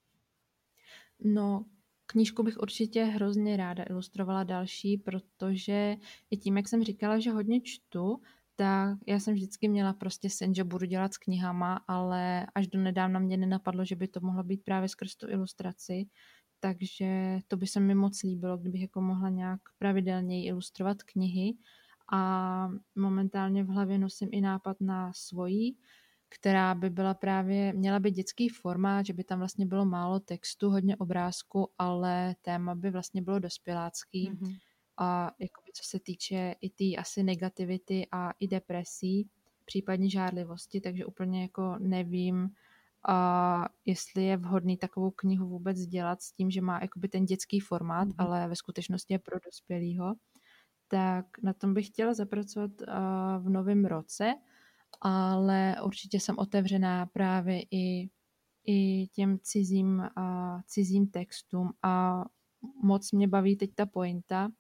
No, knížku bych určitě hrozně ráda ilustrovala další, protože i tím, jak jsem říkala, že hodně čtu, tak já jsem vždycky měla prostě sen, že budu dělat s knihama, ale až do nedávna mě nenapadlo, že by to mohlo být právě skrz tu ilustraci, takže to by se mi moc líbilo, kdybych jako mohla nějak pravidelněji ilustrovat knihy a momentálně v hlavě nosím i nápad na svoji, která by byla právě, měla být dětský formát, že by tam vlastně bylo málo textu, hodně obrázku, ale téma by vlastně bylo dospělácký. Mm-hmm. A jakoby co se týče i té tý asi negativity a i depresí, případně žárlivosti, takže úplně jako nevím, a jestli je vhodný takovou knihu vůbec dělat s tím, že má jakoby ten dětský formát, mm-hmm. ale ve skutečnosti je pro dospělýho. Tak na tom bych chtěla zapracovat uh, v novém roce, ale určitě jsem otevřená právě i, i těm cizím, uh, cizím textům a moc mě baví teď ta pointa.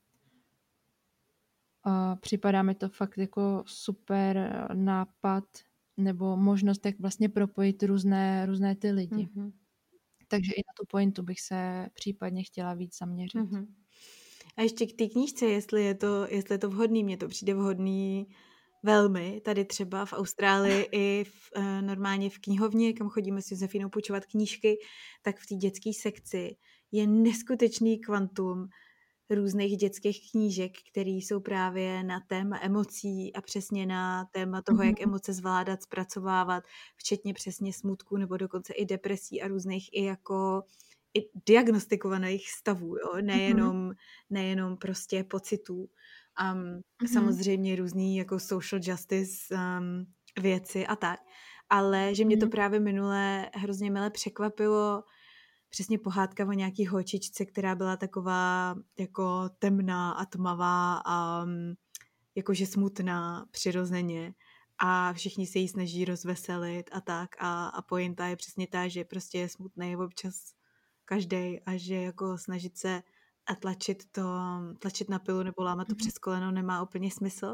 Uh, připadá mi to fakt jako super nápad nebo možnost, jak vlastně propojit různé, různé ty lidi. Mm-hmm. Takže i na tu pointu bych se případně chtěla víc zaměřit. Mm-hmm. A ještě k té knížce, jestli je to, jestli je to vhodný, mně to přijde vhodný velmi, tady třeba v Austrálii i v, uh, normálně v knihovně, kam chodíme s Josefinou půjčovat knížky, tak v té dětské sekci je neskutečný kvantum různých dětských knížek, které jsou právě na téma emocí a přesně na téma toho, jak emoce zvládat, zpracovávat, včetně přesně smutku nebo dokonce i depresí a různých i jako i diagnostikovaných stavů, jo? Nejenom, nejenom prostě pocitů. Um, mm-hmm. Samozřejmě různý jako social justice um, věci a tak. Ale že mě to právě minule hrozně mile překvapilo, přesně pohádka o nějaký holčičce, která byla taková jako temná a tmavá a um, jakože smutná přirozeně a všichni se jí snaží rozveselit a tak a, a pointa je přesně ta, že prostě je smutný občas každej a že jako snažit se a tlačit to, tlačit na pilu nebo lámat to přes koleno nemá úplně smysl.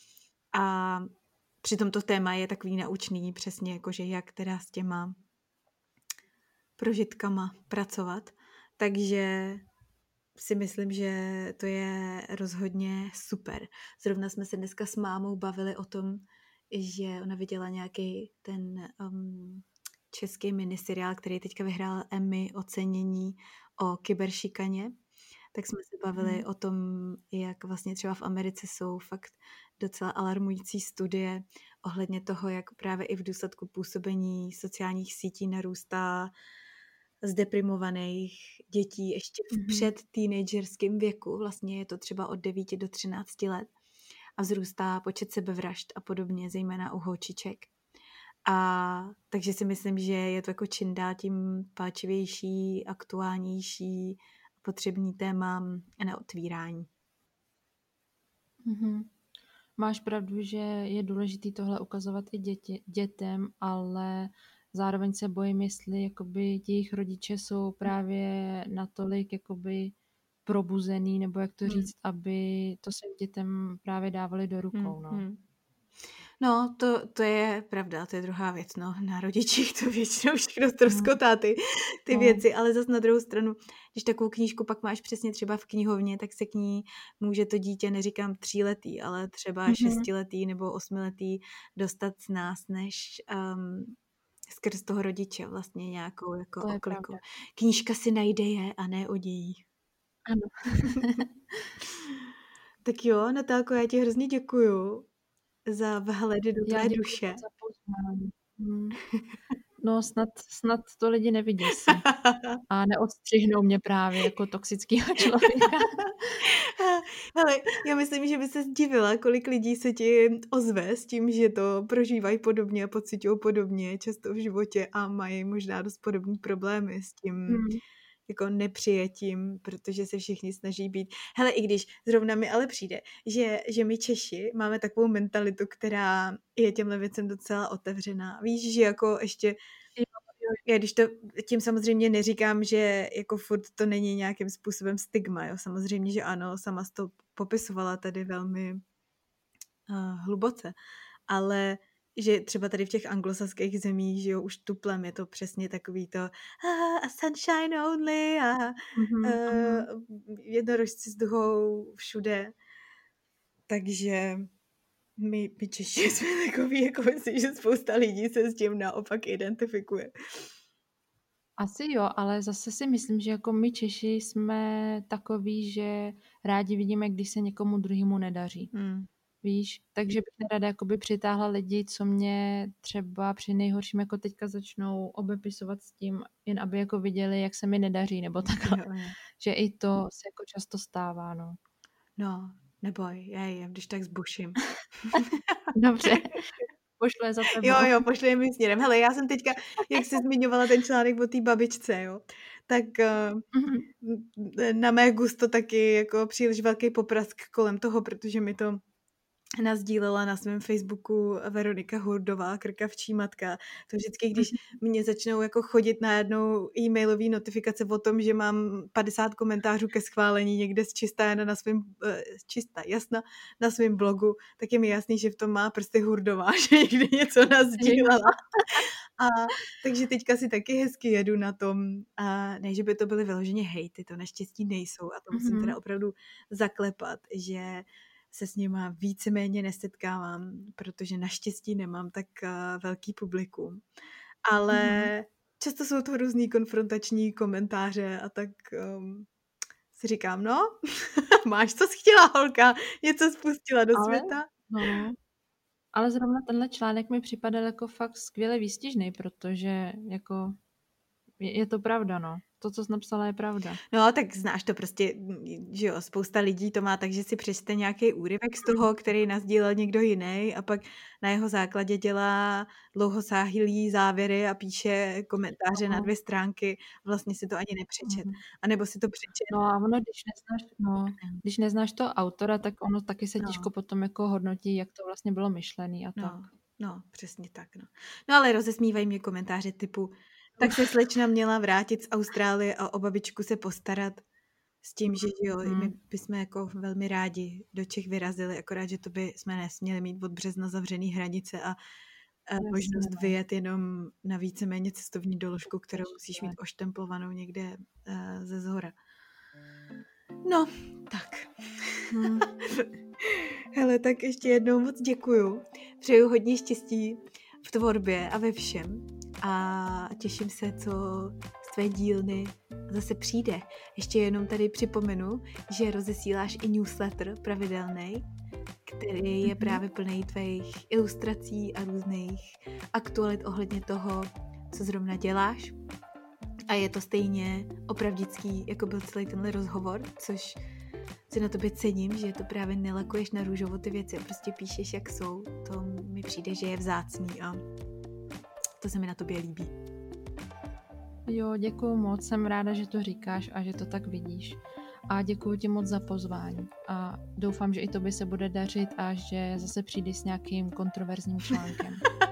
A přitom to téma je takový naučný přesně jakože jak teda s těma prožitkama pracovat. Takže si myslím, že to je rozhodně super. Zrovna jsme se dneska s mámou bavili o tom, že ona viděla nějaký ten um, český miniseriál, který teďka vyhrál Emmy ocenění o kyberšikaně. Tak jsme se bavili hmm. o tom, jak vlastně třeba v Americe jsou fakt docela alarmující studie ohledně toho, jak právě i v důsledku působení sociálních sítí narůstá zdeprimovaných dětí ještě v mm-hmm. před teenagerským věku, vlastně je to třeba od devíti do třinácti let a vzrůstá počet sebevražd a podobně, zejména u holčiček. A takže si myslím, že je to jako čím dál tím páčivější, aktuálnější, potřebný téma na otvírání. Mm-hmm. Máš pravdu, že je důležité tohle ukazovat i děti, dětem, ale zároveň se bojím, jestli jakoby jejich rodiče jsou právě natolik jakoby probuzený, nebo jak to říct, hmm. aby to svým dětem právě dávali do rukou. No, hmm. no to, to je pravda, to je druhá věc. No. Na rodičích to většinou všechno ztroskotá ty, ty no. věci, ale zas na druhou stranu, když takovou knížku pak máš přesně třeba v knihovně, tak se k ní může to dítě, neříkám tříletý, ale třeba mm-hmm. šestiletý nebo osmiletý dostat z nás, než um, skrz toho rodiče vlastně nějakou jako To je okliku. pravda. Knížka si najde je a ne odějí. Ano. Tak jo, Natálko, já ti hrozně děkuju za vhledy do Já tvé děkuji duše. moc za pozvání. Hm. No snad, snad to lidi nevyděsí. A neodstřihnou mě právě jako toxického člověka. Hele, já myslím, že by se divila, kolik lidí se ti ozve s tím, že to prožívají podobně a pociťují podobně často v životě a mají možná dost podobné problémy s tím Hmm. jako nepřijetím, protože se všichni snaží být. Hele, i když zrovna mi ale přijde, že, že my Češi máme takovou mentalitu, která je těmhle věcem docela otevřená. Víš, že jako ještě Jo, jo. já když to, tím samozřejmě neříkám, že jako furt to není nějakým způsobem stigma, jo, samozřejmě, že ano, sama jsi to popisovala tady velmi uh, hluboce, ale že třeba tady v těch anglosaských zemích, že jo, už tuplem je to přesně takový to ah, a sunshine only a Mhm, mhm. uh, jednorožci s duhou všude, takže my, my Češi jsme takový, jako myslím, že spousta lidí se s tím naopak identifikuje. Asi jo, ale zase si myslím, že jako my Češi jsme takový, že rádi vidíme, když se někomu druhému nedaří. Hmm. Víš, takže bych nerada jakoby přitáhla lidi, co mě třeba při nejhorším jako teďka začnou obepisovat s tím, jen aby jako viděli, jak se mi nedaří, nebo takhle. Jo, jo. Že i to se jako často stává, no. No, neboj, já jem, když tak zbuším. Dobře, pošle za tebou. Jo, jo, pošli mi směrem. Hele, já jsem teďka, jak jsi zmiňovala ten článek o té babičce, jo, tak uh, Mhm. na mé gusto taky jako příliš velký poprask kolem toho, protože mi to nasdílela na svém Facebooku Veronika Hurdová, krkavčí matka. To vždycky, když mě začnou jako chodit najednou e-mailové notifikace o tom, že mám padesát komentářů ke schválení někde z čistá jana na svém, čistá jasna na svém blogu, tak je mi jasný, že v tom má prsty Hurdová, že někdy něco nasdílela. A takže teďka si taky hezky jedu na tom, a ne, že by to byly vyloženě hejty, to naštěstí nejsou a to musím teda opravdu zaklepat, že se s nima víceméně nesetkávám, protože naštěstí nemám tak uh, velký publikum. Ale mm-hmm. často jsou to různý konfrontační komentáře a tak um, si říkám, no, máš co jsi chtěla, holka, něco spustila do ale, světa. No, ale zrovna tenhle článek mi připadal jako fakt skvěle výstižný, protože jako je, je to pravda, no. To, co jsi napsala, je pravda. No, tak znáš to prostě, že jo, spousta lidí to má tak, že si přečte nějaký úryvek z toho, který nasdílel někdo jiný a pak na jeho základě dělá dlouhosáhlý závěry a píše komentáře no. na dvě stránky, vlastně si to ani nepřečet. Mm. A nebo si to přečet. No a ono, když neznáš, no, když neznáš toho autora, tak ono taky se No. těžko potom jako hodnotí, jak to vlastně bylo myšlený a No, tak. no, přesně tak, no. No ale rozesmívají mě komentáře typu tak se slečna měla vrátit z Austrálie a o babičku se postarat s tím, že jo, Hmm. my bychom jako velmi rádi do Čech vyrazili, akorát, že to by jsme nesměli mít od března zavřený hranice a, a Jasně, možnost no. vyjet jenom na víceméně cestovní doložku, kterou musíš mít oštemplovanou někde uh, ze zhora. No, tak. Hmm. Hele, tak ještě jednou moc děkuju. Přeju hodně štěstí v tvorbě a ve všem. A těším se, co z tvé dílny zase přijde. Ještě jenom tady připomenu, že rozesíláš i newsletter pravidelný, který je právě plný tvých ilustrací a různých aktualit ohledně toho, co zrovna děláš. A je to stejně opravdický, jako byl celý tenhle rozhovor, což si na tobě cením, že to právě nelakuješ na růžovo ty věci a prostě píšeš, jak jsou. To mi přijde, že je vzácný a to se mi na tobě líbí. Jo, děkuju moc, jsem ráda, že to říkáš a že to tak vidíš. A děkuju ti moc za pozvání. A doufám, že i tobě se bude dařit a že zase přijdeš s nějakým kontroverzním článkem.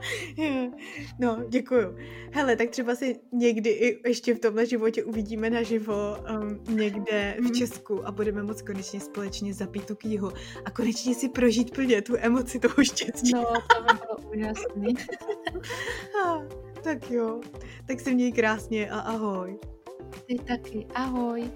No, děkuju. Hele, tak třeba si někdy i ještě v tomhle životě uvidíme naživo um, někde v Česku a budeme moc konečně společně zapít tu knihu a konečně si prožít plně tu emoci toho štěstí. No, to by bylo úžasný. Tak jo, tak se měj krásně a ahoj. Ty taky, ahoj.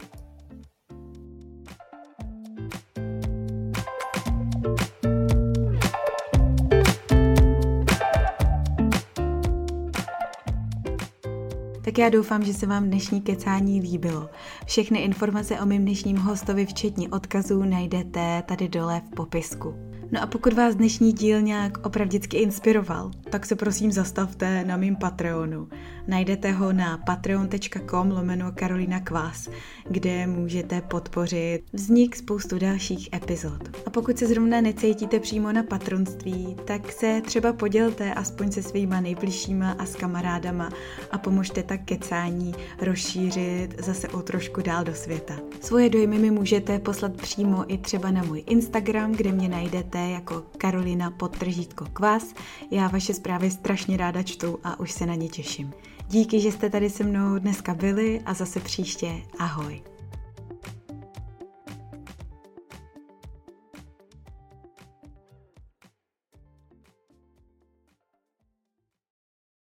Tak já doufám, že se vám dnešní kecání líbilo. Všechny informace o mém dnešním hostovi, včetně odkazů, najdete tady dole v popisku. No a pokud vás dnešní díl nějak opravdicky inspiroval, tak se prosím zastavte na mým Patreonu. Najdete ho na patreon.com lomeno Karolina Kvás, kde můžete podpořit vznik spoustu dalších epizod. A pokud se zrovna necítíte přímo na patronství, tak se třeba podělte aspoň se svýma nejbližšíma a s kamarádama a pomožte tak kecání rozšířit zase o trošku dál do světa. Svoje dojmy mi můžete poslat přímo i třeba na můj Instagram, kde mě najdete jako Karolina podtržítko Kvás. Já vaše zprávy strašně ráda čtu a už se na ně těším. Díky, že jste tady se mnou dneska byli a zase příště. Ahoj.